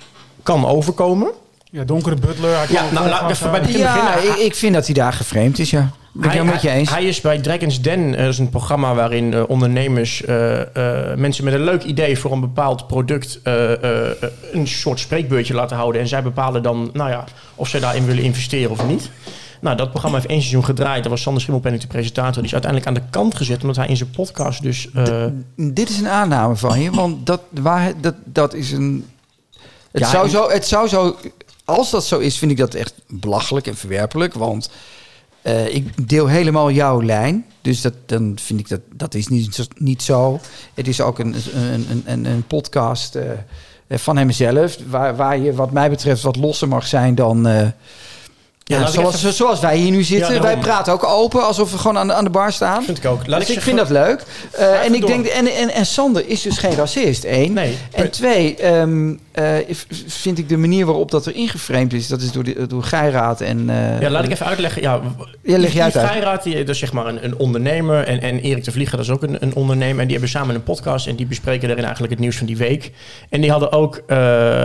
kan overkomen. Ja, donkere butler. hij Ja, kwam nou, op laat ik was, even bij uh, de begin Ja, beginnen. ik, ik vind dat hij daar geframed is, ja. Ben ik helemaal met je eens. Hij is bij Dragon's Den, uh, dat is een programma waarin uh, ondernemers, uh, uh, mensen met een leuk idee voor een bepaald product, uh, uh, uh, een soort spreekbeurtje laten houden. En zij bepalen dan, nou ja, of zij daarin willen investeren of niet. Nou, dat programma heeft één seizoen gedraaid. Daar was Sander Schimmelpenninck de presentator. Die is uiteindelijk aan de kant gezet, omdat hij in zijn podcast dus... Uh, Dit is een aanname van je, want dat, waar, dat, dat is een... Het, Ja, zou en- zo, het zou zo... Als dat zo is, vind ik dat echt belachelijk en verwerpelijk. Want uh, ik deel helemaal jouw lijn. Dus dat, dan vind ik dat... Dat is niet, zo- niet zo. Het is ook een, een, een, een, een podcast uh, van hemzelf. Waar, waar je wat mij betreft wat losser mag zijn dan... Uh, Ja, laat ik zoals, even- zoals wij hier nu zitten. Ja, wij daarom. praten ook open, alsof we gewoon aan de, aan de bar staan. Vind ik ook. Laat Dus ik ik zeggen- vind dat leuk. Uh, en, even ik door. denk, en, en, en Sander is dus geen racist, één. Nee, En punt. twee, um, uh, vind ik de manier waarop dat er ingeframed is... dat is door, de, door Geiraat en... Uh, Ja, laat ik even uitleggen. Ja, Ja, leg jij het uit. Geiraat, die dat is zeg maar een, een ondernemer. En, en Erik de Vlieger, dat is ook een, een ondernemer. En die hebben samen een podcast. En die bespreken daarin eigenlijk het nieuws van die week. En die hadden ook uh,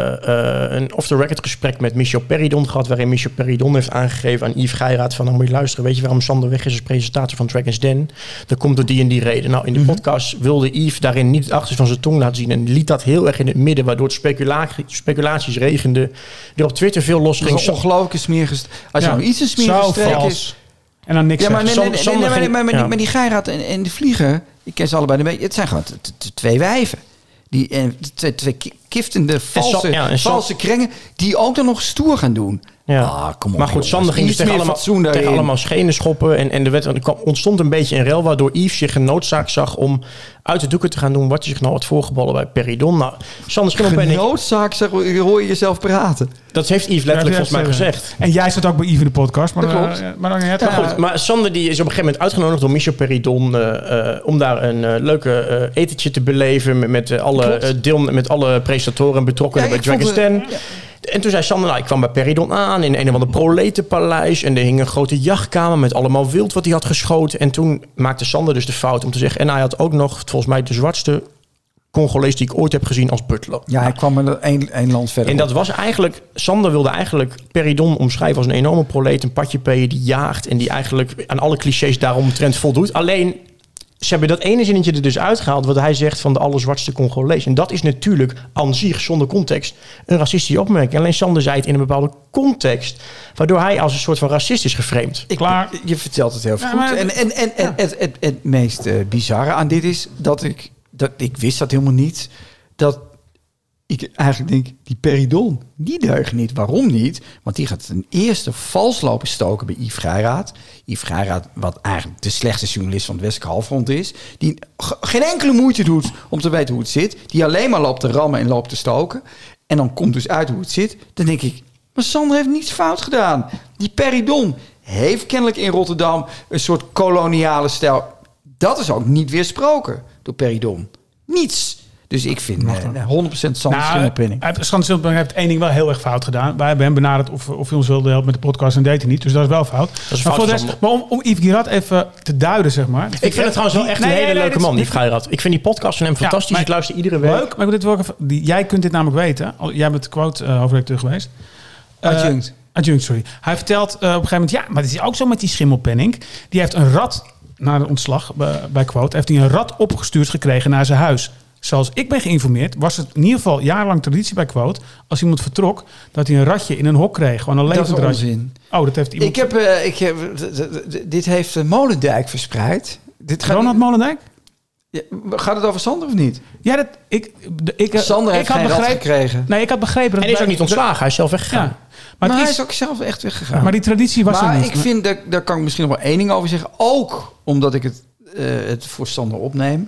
uh, een off-the-record gesprek met Michel Peridon gehad. Waarin Michel Peridon heeft aangegeven aan Yves Geiraat van... dan moet je luisteren, weet je waarom Sander weg is als presentator van Dragon's Den? Dat komt door die en die reden. Nou, in de Mhm. podcast wilde Yves daarin niet het achterste van zijn tong laten zien. En liet dat heel erg in het midden. Waardoor het specula- speculaties regende. Er op Twitter veel los Dat ging. is een ongelooflijke smeergest... Als je Ja. nou iets een Zo smeergestreek vals. is... En dan niks Ja, maar, nee, zeggen. nee, Sam- nee, nee, Sander nee, maar, maar, ging- maar, die, ja. maar die Geiraat en, en de Vlieger... ik ken ze allebei een beetje... het zijn gewoon t- t- twee wijven. Die, en twee, twee ki- kiftende, valse, Sam- ja, en Sam- valse krengen... die ook dan nog stoer gaan doen. Ja. Ah, kom op, maar goed, jongens. Sander ging dus Iets tegen meer allemaal, fatsoen tegen daarin. allemaal schenen schoppen. En, en er, werd, er kwam, ontstond een beetje een rel... waardoor Yves zich genoodzaakt zag om uit de doeken te gaan doen... wat hij zich nou had voorgeballen bij Peridon. Nou, Sander Schimmelpenninck, Genoodzaak, zeg, hoor je jezelf praten. dat heeft Yves letterlijk Ja, volgens mij ja, gezegd. En jij zat ook bij Yves in de podcast. Maar, Dat klopt. uh, maar dan, ja, Ja. Maar goed, maar Sander die is op een gegeven moment uitgenodigd door Michel Peridon... Uh, uh, om daar een uh, leuke uh, etentje te beleven... met, met, uh, alle, Klopt. uh, deel, met alle presentatoren en betrokkenen Ja, bij ik vond Dragon's het- Den. En toen zei Sander, nou, ik kwam bij Peridon aan... in een of ander proletenpaleis... en er hing een grote jachtkamer met allemaal wild wat hij had geschoten. En toen maakte Sander dus de fout om te zeggen... en hij had ook nog, volgens mij, de zwartste Congolees die ik ooit heb gezien als butler. Ja, hij kwam er één, één land verder. En dat was eigenlijk... Sander wilde eigenlijk Peridon omschrijven als een enorme proleet... een patjepeer die jaagt... en die eigenlijk aan alle clichés daaromtrent voldoet. Alleen, ze hebben dat ene zinnetje er dus uitgehaald... wat hij zegt van de allerzwartste Congolees. En dat is natuurlijk aan zich, zonder context... een racistische opmerking. Alleen Sander zei het in een bepaalde context... waardoor hij als een soort van racist is geframed. Ik, Klaar. Je vertelt het heel Ja, goed. maar- En, en, en, en het, het, het meest uh, bizarre aan dit is... dat ik, dat ik wist dat helemaal niet... dat ik eigenlijk denk, die Peridon, die deugt niet. Waarom niet? Want die gaat ten eerste vals lopen stoken bij Yves Geiraat. Yves Geiraat, wat eigenlijk de slechtste journalist van het Westelijk Halfrond is. Die g- geen enkele moeite doet om te weten hoe het zit. Die alleen maar loopt te rammen en loopt te stoken. En dan komt dus uit hoe het zit. Dan denk ik, maar Sander heeft niets fout gedaan. Die Peridon heeft kennelijk in Rotterdam een soort koloniale stijl. Dat is ook niet weersproken door Peridon. Niets. Dus ik vind uh, honderd procent Sander Nou, Schimmelpenninck. hij heeft- Sander Schimmelpenninck heeft één ding wel heel erg fout gedaan. Wij hebben hem benaderd of, of hij ons wilde helpen met de podcast en deed hij niet. Dus dat is wel fout. is maar, fout voor de van rest, Sander. maar om, om Yves Guirat even te duiden, zeg maar. Ik vind het trouwens wel echt een Nee, hele nee, nee, leuke dit is- man, dit- Yves Geiraat. Ik vind die podcast van hem fantastisch. maar- ik luister iedere week. Leuk, maar dit wil ik even, die, jij kunt dit namelijk weten. Al- Jij bent quote uh, hoofdredacteur geweest. Uh, Adjunct. Adjunct, sorry. Hij vertelt uh, op een gegeven moment... Ja, maar het is ook zo met die Schimmelpenninck. Die heeft een rat, na de ontslag bij, bij quote... heeft hij een rat opgestuurd gekregen naar zijn huis. Zoals ik ben geïnformeerd, was het in ieder geval jarenlang traditie bij quote... als iemand vertrok, dat hij een ratje in een hok kreeg. Gewoon een Dat levend is ratje. onzin. Oh, dat heeft iemand... Ik heb, uh, ik heb d- d- d- dit heeft uh, Molendijk verspreid. Dit gaat Ronald Molendijk? Ja, gaat het over Sander of niet? Ja, dat, ik, de- ik, uh, Sander ik heeft had geen rat begrepen, gekregen. Nee, ik had begrepen... Dat En hij is bij- ook niet ontslagen. Hij is zelf weggegaan. Ja, maar, Maar, het hij is, is ook zelf echt weggegaan. maar die traditie was er Maar niet. ik vind, dat, daar kan ik misschien nog wel één ding over zeggen. Ook omdat ik het, uh, het voor Sander opneem.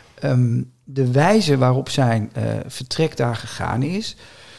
Um, de wijze waarop zijn uh, vertrek daar gegaan is...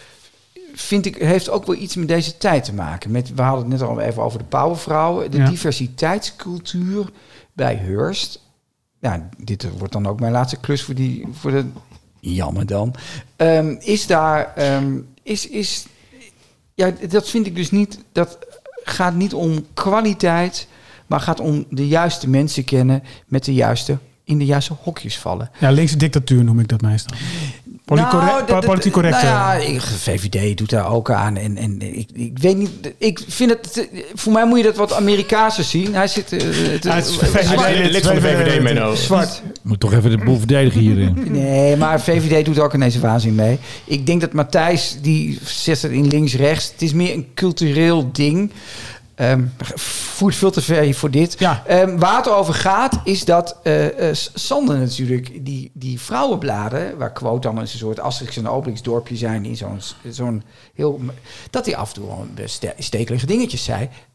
vind ik, heeft ook wel iets met deze tijd te maken. Met, we hadden het net al even over de powervrouwen. De Ja. diversiteitscultuur bij Hearst. Ja, dit wordt dan ook mijn laatste klus voor, die, voor de... Jammer dan. Um, is daar... Um, is, is, ja, dat vind ik dus niet... Dat gaat niet om kwaliteit... maar gaat om de juiste mensen kennen... met de juiste... in de juiste hokjes vallen. Ja, linkse dictatuur noem ik dat meestal. Politicor- Nou, de- de- politiek correct. Nou eh. ja, ik- V V D doet daar ook aan. En, en ik, ik weet niet... Ik vind het... te- Voor mij moet je dat wat Amerikaanse zien. Hij zit... uh, te- Hij is zwart. V V D Hij is lid van de V V D, Menno. Zwart. Moet toch even de boel verdedigen hierin. Nee, maar V V D doet ook in deze waanzin mee. Ik denk dat Matthijs, die zet het in links-rechts. Het is meer een cultureel ding. Um, voert veel te ver voor dit. Ja. Um, waar het over gaat, is dat uh, uh, Sander natuurlijk... Die, die vrouwenbladen, waar quote dan een soort Asterix en Obelix dorpje zijn... in zo'n zo'n heel... dat hij af en toe wel ste- stekelige dingetjes zei.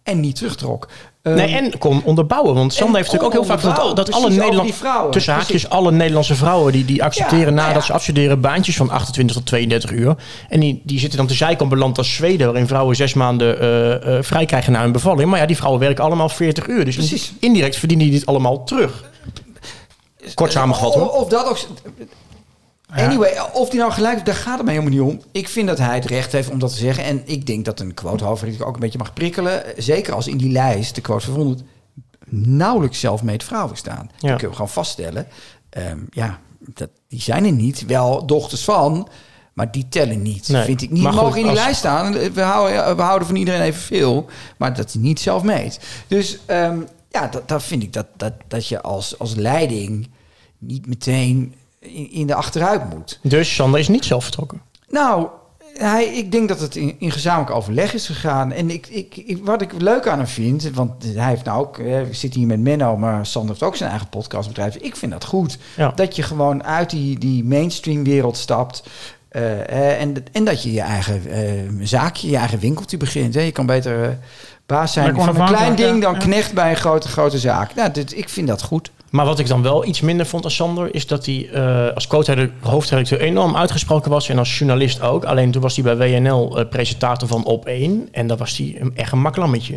en niet terugtrok. Nee, en kon onderbouwen. Want Sander heeft natuurlijk ook heel vaak dat, dat alle Nederlandse, tussen haakjes, alle Nederlandse vrouwen die, die accepteren ja, nadat nou ja. ze afstuderen baantjes van achtentwintig tot tweeëndertig uur. En die, die zitten dan te zijkant beland als Zweden, waarin vrouwen zes maanden uh, uh, vrij krijgen na hun bevalling. Maar ja, die vrouwen werken allemaal veertig uur. Dus precies. Indirect verdienen die dit allemaal terug. Kort samengevat hoor. Of, of dat ook. Anyway, of die nou gelijk heeft, daar gaat het mij helemaal niet om. Ik vind dat hij het recht heeft om dat te zeggen. En ik denk dat een quotehoofd ook een beetje mag prikkelen. Zeker als in die lijst, de quote vijfhonderd, nauwelijks self-made vrouwen staan. Ja. Dat kunnen we gewoon vaststellen. Um, ja, dat, die zijn er niet. Wel dochters van, maar die tellen niet. Nee. Vind ik niet. Die mogen goed, in die als... lijst staan. We houden, we houden van iedereen evenveel. Maar dat is niet self-made. Dus um, ja, dat, dat vind ik dat, dat, dat je als, als leiding niet meteen in, in de achteruit moet. Dus Sander is niet zelf vertrokken? Nou, hij, ik denk dat het in, in gezamenlijk overleg is gegaan. En ik, ik, ik, wat ik leuk aan hem vind, want hij heeft nou ook, we zitten hier met Menno, maar Sander heeft ook zijn eigen podcastbedrijf. Ik vind dat goed. Ja. Dat je gewoon uit die, die mainstream wereld stapt. Uh, en, en dat je je eigen uh, zaakje, je eigen winkeltje begint. Hè. Je kan beter uh, baas zijn van een klein ding dan ja. knecht bij een grote, grote zaak. Nou, dit, ik vind dat goed. Maar wat ik dan wel iets minder vond aan Sander, is dat hij uh, als hoofdredacteur enorm uitgesproken was en als journalist ook. Alleen toen was hij bij W N L uh, presentator van Op één en dan was hij echt een maklammetje.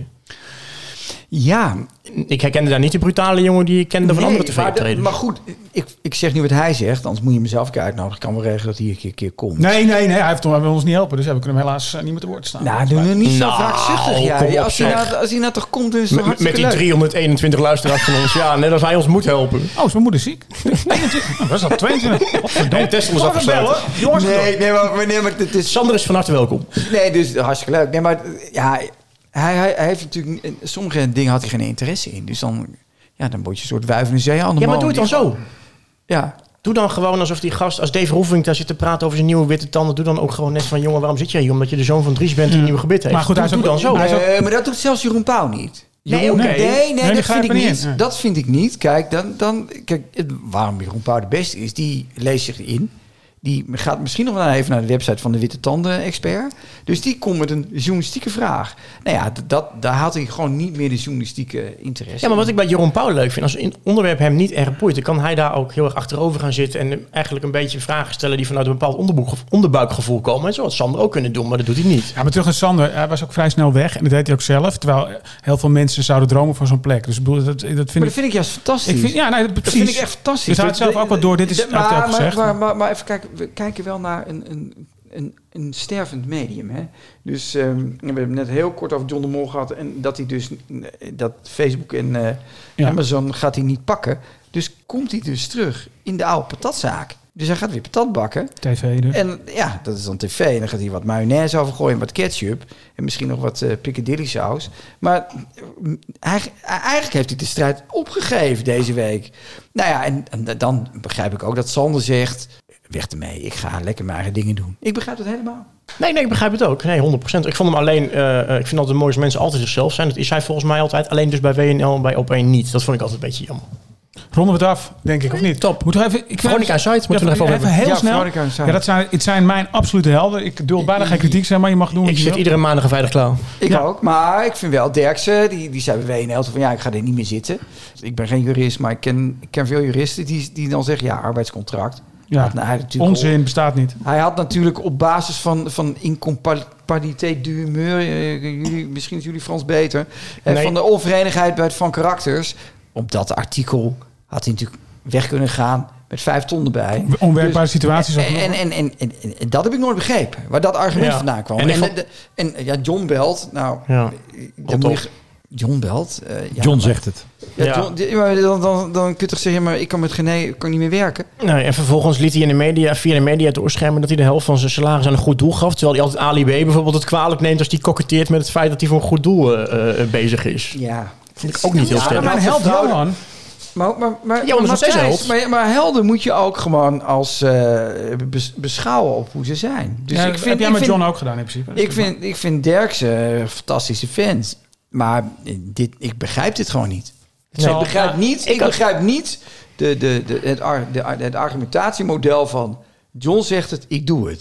Ja. Ik herkende daar niet de brutale jongen die ik kende van nee, andere tv-optredens. Maar goed, ik, ik zeg nu wat hij zegt, anders moet je mezelf een uitnodigen. Ik kan wel regelen dat hij een keer, keer komt. Nee, nee, nee, hij heeft hij wil ons niet helpen, dus we kunnen hem helaas uh, niet met de woord staan. Nou, doe niet zo nou, wraakzuchtig. Ja. Ja, als, hij nou, als hij nou toch komt, is het met, met die leuk. driehonderdeenentwintig luisteraars van ons, ja, net als hij ons moet helpen. Oh, is mijn moeder ziek? eenentwintig Nou, dat is al tweeëntwintig Wat voor nee, Tesla is afgesloten. Jongens, nee, nee, maar, nee, maar het is... Sander is van harte welkom. Nee, dus hartstikke leuk. Nee, maar ja... Hij, hij, hij heeft natuurlijk... Sommige dingen had hij geen interesse in. Dus dan, ja, dan word je een soort wuivende zee aan de Ja, maar doe het dan zo. Ja. Doe dan gewoon alsof die gast... Als Dave Roelvink daar zit te praten over zijn nieuwe witte tanden... Doe dan ook gewoon net van... Jongen, waarom zit jij hier? Omdat je de zoon van Dries bent die een nieuwe gebit heeft. Maar goed, doe, hij doe dan zo. Uh, maar dat doet zelfs Jeroen Pauw niet. Nee, Jeroen, okay. nee, nee, nee, dat vind ik niet. In. Dat vind ik niet. Kijk, dan, dan, kijk, waarom Jeroen Pauw de beste is... Die leest zich in... Die gaat misschien nog wel even naar de website van de Witte Tanden-expert. Dus die komt met een journalistieke vraag. Nou ja, dat, daar had hij gewoon niet meer de journalistieke interesse. Ja, maar wat ik bij Jeroen Pauw leuk vind... als een onderwerp hem niet erg boeit... dan kan hij daar ook heel erg achterover gaan zitten... en eigenlijk een beetje vragen stellen... die vanuit een bepaald onderbuikgevoel komen. En zo had Sander ook kunnen doen, maar dat doet hij niet. Ja, maar terug naar Sander. Hij was ook vrij snel weg. En dat deed hij ook zelf. Terwijl heel veel mensen zouden dromen van zo'n plek. Dus dat, dat vind maar dat ik, vind ik juist fantastisch. Ik vind, ja, nee, dat vind ik echt fantastisch. Dus hij had zelf ook wat door. Dit is de, maar, maar, gezegd. Maar, maar, maar even kijken. We kijken wel naar een, een, een, een stervend medium. Hè? Dus um, we hebben net heel kort over John de Mol gehad. En dat hij dus dat Facebook en uh, ja. Amazon gaat hij niet pakken. Dus komt hij dus terug in de oude patatzaak. Dus hij gaat weer patat bakken. Tv dus. En ja, dat is dan tv. En dan gaat hij wat mayonaise over gooien en wat ketchup. En misschien nog wat uh, piccadilly saus. Maar uh, eigenlijk, eigenlijk heeft hij de strijd opgegeven deze week. Nou ja, en, en dan begrijp ik ook dat Sander zegt... Weg ermee, ik ga lekker mijn eigen dingen doen. Ik begrijp het helemaal. Nee, nee, ik begrijp het ook. Nee, honderd procent. Ik vond hem alleen... Uh, ik vind altijd mooi als mensen altijd zichzelf zijn. Dat is hij volgens mij altijd. Alleen dus bij W N L en bij Op één niet. Dat vond ik altijd een beetje jammer. Ronden we het af, denk ik, of niet? Top. Moeten we even... Ik Veronica Site, moeten we even, nog even, even heel ja, snel. Ja, dat zijn, het zijn mijn absolute helden. Ik duld bijna geen kritiek zijn, maar je mag doen wat ik je zit wil. Iedere maandag veilig klaar. Ik ja. ook, maar ik vind wel Derksen, die, die zei bij W N L van ja, ik ga er niet meer zitten. Ik ben geen jurist, maar ik ken, ik ken veel juristen die, die dan zeggen ja, arbeidscontract. Ja, had, nou, onzin, bestaat niet. Hij had natuurlijk op basis van, van incompatibiliteit du humeur, uh, jullie, misschien is jullie Frans beter, uh, nee. van de onverenigheid bij het van karakters. Op dat artikel had hij natuurlijk weg kunnen gaan met vijf ton erbij. Onwerkbare dus, situaties. En, en, en, en, en, en dat heb ik nooit begrepen, waar dat argument ja. vandaan kwam. En, en, en, en, en ja, John belt, nou, ja. dan moet je... John belt. Uh, ja, John maar, zegt het. Ja, ja. John, dan, dan, dan kun je toch zeggen, maar ik kan met René kan niet meer werken. Nee, en vervolgens liet hij in de media, via de media doorschermen dat hij de helft van zijn salaris aan een goed doel gaf. Terwijl hij altijd Ali B bijvoorbeeld het kwalijk neemt als hij koketteert met het feit dat hij voor een goed doel uh, uh, bezig is. Ja. Vind ik ook niet heel sterk. Ja, maar held wel, man. Maar, maar, maar, ja, maar, Matthijs, maar, maar helden moet je ook gewoon als uh, beschouwen op hoe ze zijn. Dus ja, ik vind, heb jij ik met vind, John ook gedaan in principe. Ik vind, ik vind Derksen een fantastische fans. Maar dit, ik begrijp dit gewoon niet. Nee, ik begrijp ja, niet, ik, ik begrijp niet de, de, de, het, de, het argumentatiemodel van John zegt het, ik doe het.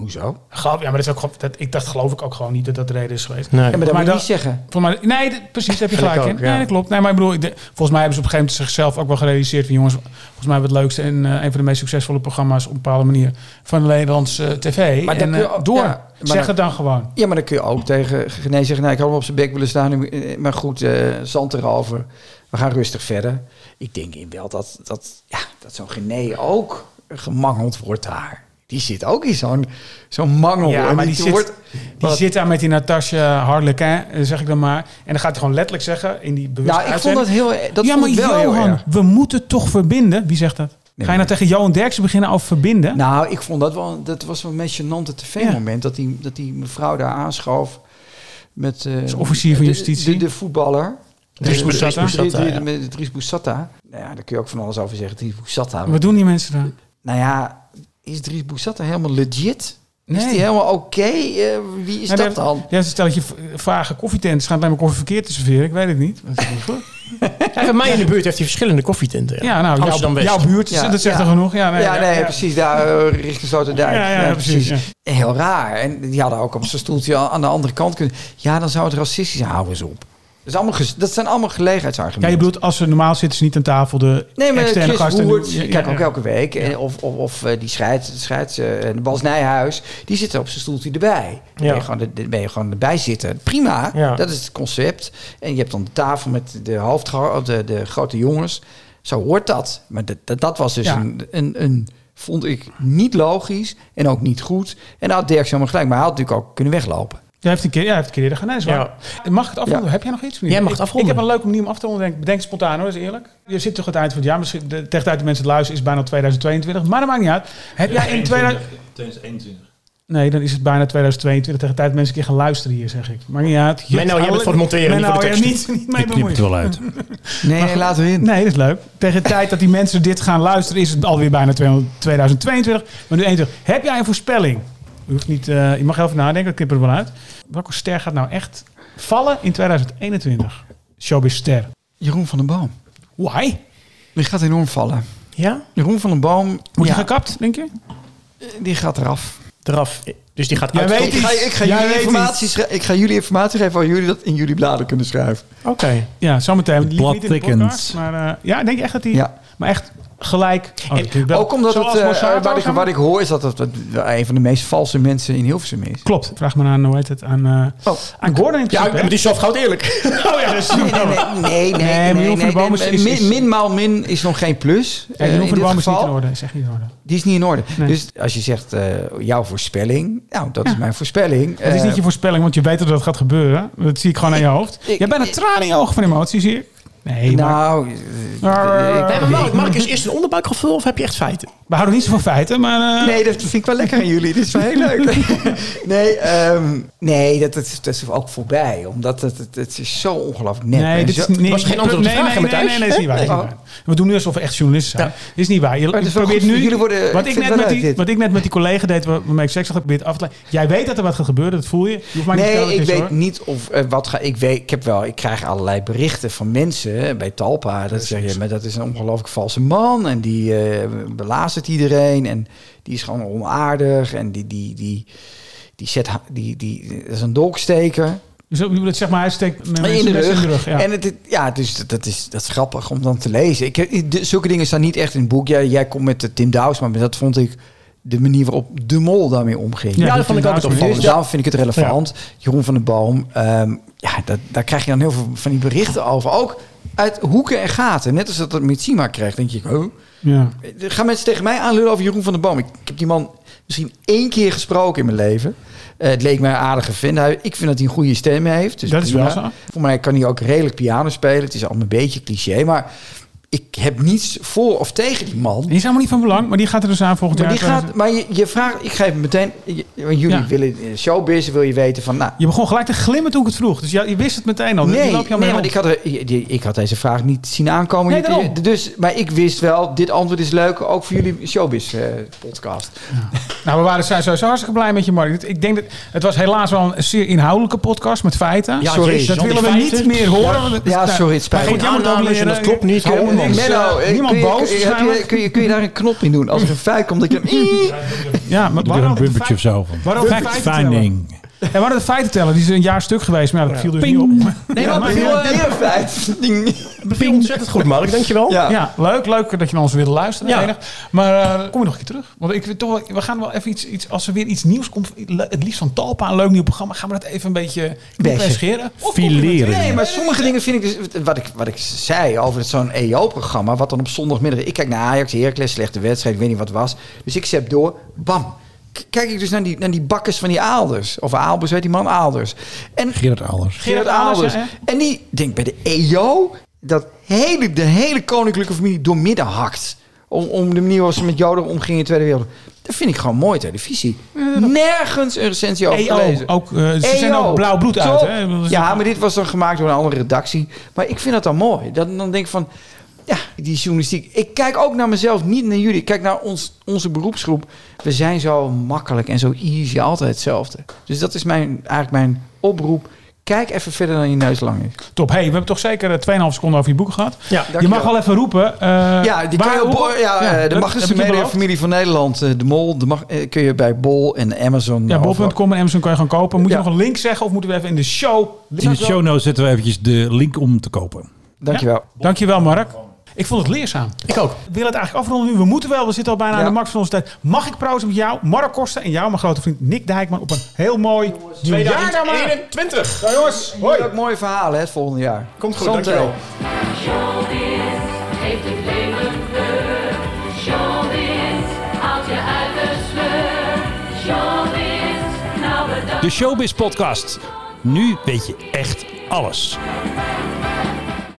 Hoezo? Geloof- Ja, maar dat is ook, gewoon- dat, ik, dat geloof ik ook gewoon niet dat dat de reden is geweest. Nee. Ja, maar dat Maar moet je dat- niet zeggen. Voor mij, nee, d- precies, daar heb je Vind ik gelijk ook, in. ja. Nee, dat klopt. Nee, maar ik bedoel, de- volgens mij hebben ze op een gegeven moment zichzelf ook wel gerealiseerd van jongens, volgens mij hebben we het leukste en uh, een van de meest succesvolle programma's op een bepaalde manier van de Nederlandse uh, tv. Maar dan en kun je uh, ook- door, ja, maar zeg dan- het dan gewoon. Ja, maar dan kun je ook tegen Gené zeggen... Nou, ik had hem op zijn bek willen staan, nu- eh, maar goed, uh, zand erover. We gaan rustig verder. Ik denk in wel dat, dat, ja, dat zo'n Gené ook gemangeld wordt daar. Die zit ook in zo'n zo'n mangel. Ja, En maar die, zit, wordt, die wat- zit daar met die Natasja Harlequin, eh, zeg ik dan maar. En dan gaat hij gewoon letterlijk zeggen in die bewuste Nou, ik vond dat heel... Dat ja, vond maar ik wel heel Johan, erg. we moeten toch verbinden. Wie zegt dat? Nee, Ga je maar- nou tegen Johan Derksen beginnen over verbinden? Nou, ik vond dat wel... Dat was wel een meest gênante tv-moment. Dat, die, dat die mevrouw daar aanschoof met... uh, Is officier van de- justitie. De, de, voetballer. Dries Boussata. Dries Boussata, ja. Met Dries Boussata. Nou ja, daar kun je ook van alles over zeggen. Dries Boussata. Wat doen die mensen dan? Nou ja, is Dries Boussata helemaal legit? Is Nee. die helemaal oké? Uh, wie is Ja, dat die- dan? Ja, ze stellen je v- vage koffietenten. Schijnt bij mijn koffie verkeerd te serveren. Ik weet het niet. Dat is niet goed. Ja, bij mij in de buurt heeft hij verschillende koffietenten. Ja, nou, jouw, Amsterdam-West. jouw buurt, Ja, dat zegt ja. er genoeg. Ja, nee, ja, nee, ja. precies. Daar uh, richting Sloterdijk. Ja, ja, precies, ja. Heel raar. En die hadden ook op zijn stoeltje aan de andere kant kunnen... Ja, dan zou het racistisch zijn. Hou eens op. Dat, is allemaal ges- dat zijn allemaal Ja, gelegenheidsargumenten. je bedoelt, als ze normaal zitten ze niet aan tafel, de Nee, maar externe Chris gasten. Woerts, Ja, ik kijk ja, ook ja. elke week. En Of, of, of eh, die scheids, scheids uh, Bas Nijhuis, die zitten op zijn stoeltje erbij. Dan Ja. ben je gewoon, de- de- ben je gewoon erbij zitten. Prima, Ja. dat is het concept. En je hebt dan de tafel met de, hoofdga- de, de grote jongens. Zo hoort dat. Maar dat, dat, dat was dus Ja. een, een, een, vond ik, niet logisch en ook niet goed. En daar had Dirk helemaal gelijk. Maar hij had natuurlijk ook kunnen weglopen. Jij heeft een keer, ja, heeft een keer eerder gedaan. is waar. Mag ik het afronden? Ja. Heb jij nog iets? Jij mag het afronden. Ik heb een leuke manier om af te ronden. Denk, bedenk spontaan hoor, dat is eerlijk. Je zit toch het eind van het jaar. Misschien de, tegen de tijd dat mensen het luisteren is het bijna tweeduizend tweeëntwintig. Maar dat maakt niet uit. Heb jij in tweeduizend... tweeduizend eenentwintig. Nee, dan is het bijna tweeduizend tweeëntwintig. Tegen de tijd dat mensen een keer gaan luisteren hier, zeg ik. Maakt niet uit. Je- Menno, jij bent voor het monteren, niet Menno, voor de ja, tekst. niet, niet mee Ik knip het bemoeien. wel uit. Nee, nee laten we in. Nee, dat is leuk. Tegen de tijd dat die mensen dit gaan luisteren is het alweer bijna tweeduizend tweeëntwintig. Maar nu eenentwintig. Heb jij een voorspelling? Je, hoeft niet, uh, je mag even nadenken, ik knip er wel uit. Welke ster gaat nou echt vallen in tweeduizend eenentwintig? Showbiz ster. Jeroen van den Boom. Why? Die gaat enorm vallen. Ja? Jeroen van den Boom, Moet ja, je gekapt, denk je? die gaat eraf. Eraf. Dus die gaat Jij uit. weet Ik ga, ik, ga Jij jullie weet informatie schrij- ik ga jullie informatie geven waar jullie dat in jullie bladen kunnen schrijven. Oké. Ja, zometeen. Liever plot niet in de thickens. podcast, maar uh, ja, denk je echt dat hij... Ja. Maar echt gelijk... Oh, En natuurlijk wel. Ook omdat het, Zoals uh, Mossato, wat, ik, zeg maar. wat ik hoor is dat het, het een van de meest valse mensen in Hilversum is. Klopt. Vraag maar aan, hoe heet het, aan, uh, Oh. aan Gordon in Ja, principe, maar hè? die is zelf goud eerlijk. Oh ja, dat is Nee, nee, nee, nee, nee, Nee, maar Jeroen van den Boom is- nee, is- min, is- min maal min is nog geen plus. Ja, eh, Jeroen in van de dit Boom is niet geval. in orde. Is echt niet in orde. Die is niet in orde. Nee. Dus als je zegt uh, jouw voorspelling, nou dat is mijn voorspelling. Het is Eh, niet je voorspelling, want je weet dat dat gaat gebeuren. Dat zie ik gewoon aan je hoofd. Ik- Je bent een traan in je ogen van emotie, zie ik. Nee, maar nou, eh, Ah. ik- Nee, maar Mark, Mark, is eerst een onderbuikgevoel of heb je echt feiten? we houden niet zo van feiten, maar... uh, Nee, dat vind ik wel lekker aan jullie. Dit is wel heel leuk. nee, ehm, nee dat, dat, is, dat is ook voorbij. Omdat het, het, het is zo ongelooflijk nep. Nee, En dit zo- is niet... was geen antwoord op de nee, vraag, nee, hè, nee, nee, Matthijs? nee, dat is niet waar. dat is niet Oh. waar. We doen nu alsof we echt journalisten zijn. Ja. Dit is niet waar. Je, het is je wel probeert goed. nu... Jullie worden- wat, ik ik vind net het met wel die, leuk, dit. wat ik net met die collega deed, waarmee ik seks had geprobeerd af te leiden. Jij weet dat er wat gaat gebeuren, dat voel je. Je hoeft mij niet te vertellen Nee, ik wat weet het is, hoor. niet of eh, wat ga ik weet. Ik heb wel, ik krijg allerlei berichten van mensen eh, bij Talpa. Dat zeg je, maar dat is een ongelooflijk valse man en die eh belazert iedereen en die is gewoon onaardig en die die die die zet ha- die die dat is een dolksteker Dus je bedoelt, zeg maar, hij steekt met mensen in de mes rug. in de rug. Ja. En het, het- ja, dus dat, dat is dat is grappig om dan te lezen. Ik, heb- de, zulke dingen staan niet echt in het boek. Ja, jij komt met de Tim Douwsma, maar dat vond ik de manier waarop de Mol daarmee omging. Ja, Ja, dat vond ik ook het inderdaad. opvallend. Dus daarom vind ik het relevant. Jeroen van den Boom, ehm, ja, dat, daar krijg je dan heel veel van die berichten over. Ook uit hoeken en gaten. Net als dat het met Sima krijgt, denk je, oh. Ja. Er gaan mensen tegen mij aanlullen over Jeroen van den Boom. Ik, ik heb die man misschien één keer gesproken in mijn leven. Uh, het leek mij een aardige vent. Hij- Ik vind dat hij een goede stem heeft. Dus Dat is prima. wel zo. Voor mij kan hij ook redelijk piano spelen. Het is allemaal een beetje cliché, maar ik heb niets voor of tegen die man. Die is helemaal niet van belang, maar die gaat er dus aan volgend Maar, jaar. die gaat, maar je, je vraagt, ik geef meteen, je- want jullie Ja. willen in showbiz, wil je weten van, nou, Je begon gelijk te glimmen toen ik het vroeg. Dus ja, je wist het meteen al. Die nee, loop je al nee mee want rond. ik had, er- die- ik had deze vraag niet zien aankomen. Nee, Je- daarom. dus, maar ik wist wel, dit antwoord is leuk, ook voor jullie showbiz eh, podcast. Nou, we waren zijn sowieso hartstikke blij met je, Mark. Ik denk dat het was helaas wel een zeer inhoudelijke podcast met feiten. Ja, sorry, jezus, dat al die willen we feiten. niet meer horen. want het is- Ja, nou, sorry, het spijt maar me. goed, jij moet ook Aannames en leren. dat klopt niet. Hou hè? mijn niks. Menno, eh, eh, niemand kun je, boos kun je, heb je, waarschijnlijk. kun, je, kun je daar een knop in doen? Als er een feit komt, dat je hem... Ja, maar Doe er een bumpertje of zo van. Waarom Fact feiten finding. En we hadden de feiten tellen. Die is een jaar stuk geweest. Maar ja, dat viel dus Ping. niet op. Nee, Ja, maar maar heel ja, heel feit. Ding. Beviel ontzettend goed, Mark. Dankjewel. Ja. Ja, leuk. Leuk dat je naar ons wilde luisteren. Ja. Enig. Maar uh, kom je nog een keer terug? Want ik vind toch wel, we gaan wel even iets, iets... Als er weer iets nieuws komt, het liefst van Talpa, een leuk nieuw programma, gaan we dat even een beetje Bashen. scheren. Fileren. Nee, maar sommige dingen vind ik dus... Wat ik, wat ik zei over zo'n E O-programma, wat dan op zondagmiddag... Ik kijk naar Ajax, Heracles, slechte wedstrijd, ik weet niet wat het was. Dus ik zet door, bam. K- Kijk ik dus naar die, naar die bakkers van die Aalders. Of Aalbers, weet die man, Aalders. En Gerard Alders. Gerard Aalders, Aalders. ja, ja. En die, denk bij de E O, dat hele, de hele koninklijke familie doormidden hakt. Om, om de manier waarop ze met Joden omgingen in de Tweede Wereldoorlog. Dat vind ik gewoon mooi televisie. Nergens een recensie over E O, gelezen. ook, uh, ze E O, zijn ook blauw bloed uit. top. Hè? Dat is Ja, ook- maar dit was dan gemaakt door een andere redactie. Maar ik vind dat dan mooi. Dan, dan denk ik van, ja, die journalistiek. Ik kijk ook naar mezelf, niet naar jullie. Ik kijk naar ons, onze beroepsgroep. We zijn zo makkelijk en zo easy, altijd hetzelfde. Dus dat is mijn, eigenlijk mijn oproep. Kijk even verder dan je neus lang is. Top. Hey, we hebben toch zeker uh, twee komma vijf seconden over je boek gehad. Ja, Je dankjewel. mag wel even roepen. Uh, Ja, die kan je op, waar- ja, eh, de dat- Magnussen heb ik je Media beloofd. Familie van Nederland, eh, de Mol, de mag, eh, kun je bij Bol en Amazon. Ja, eh, bol punt com en Amazon kan je gaan kopen. Moet je Ja. nog een link zeggen of moeten we even in de show? In de show notes zetten we eventjes de link om te kopen. Dankjewel. Dankjewel, Mark. Ik vond het leerzaam. Ik ook. Ik wil het eigenlijk afronden nu. We moeten wel. We zitten al bijna Ja. aan de max van onze tijd. Mag ik proosten met jou, Mark Koster en jou, mijn grote vriend Nick Dijkman, op een heel mooi nieuwjaar dan maar. tweeduizend eenentwintig. Ja, jongens. Hoi. Ook mooie verhalen hè, het volgende jaar. Komt goed, Santé. dankjewel. Showbiz heeft het leven kleur. Showbiz haalt je uit de sleur. Showbiz, nou bedankt. De Showbiz Podcast. Nu weet je echt alles.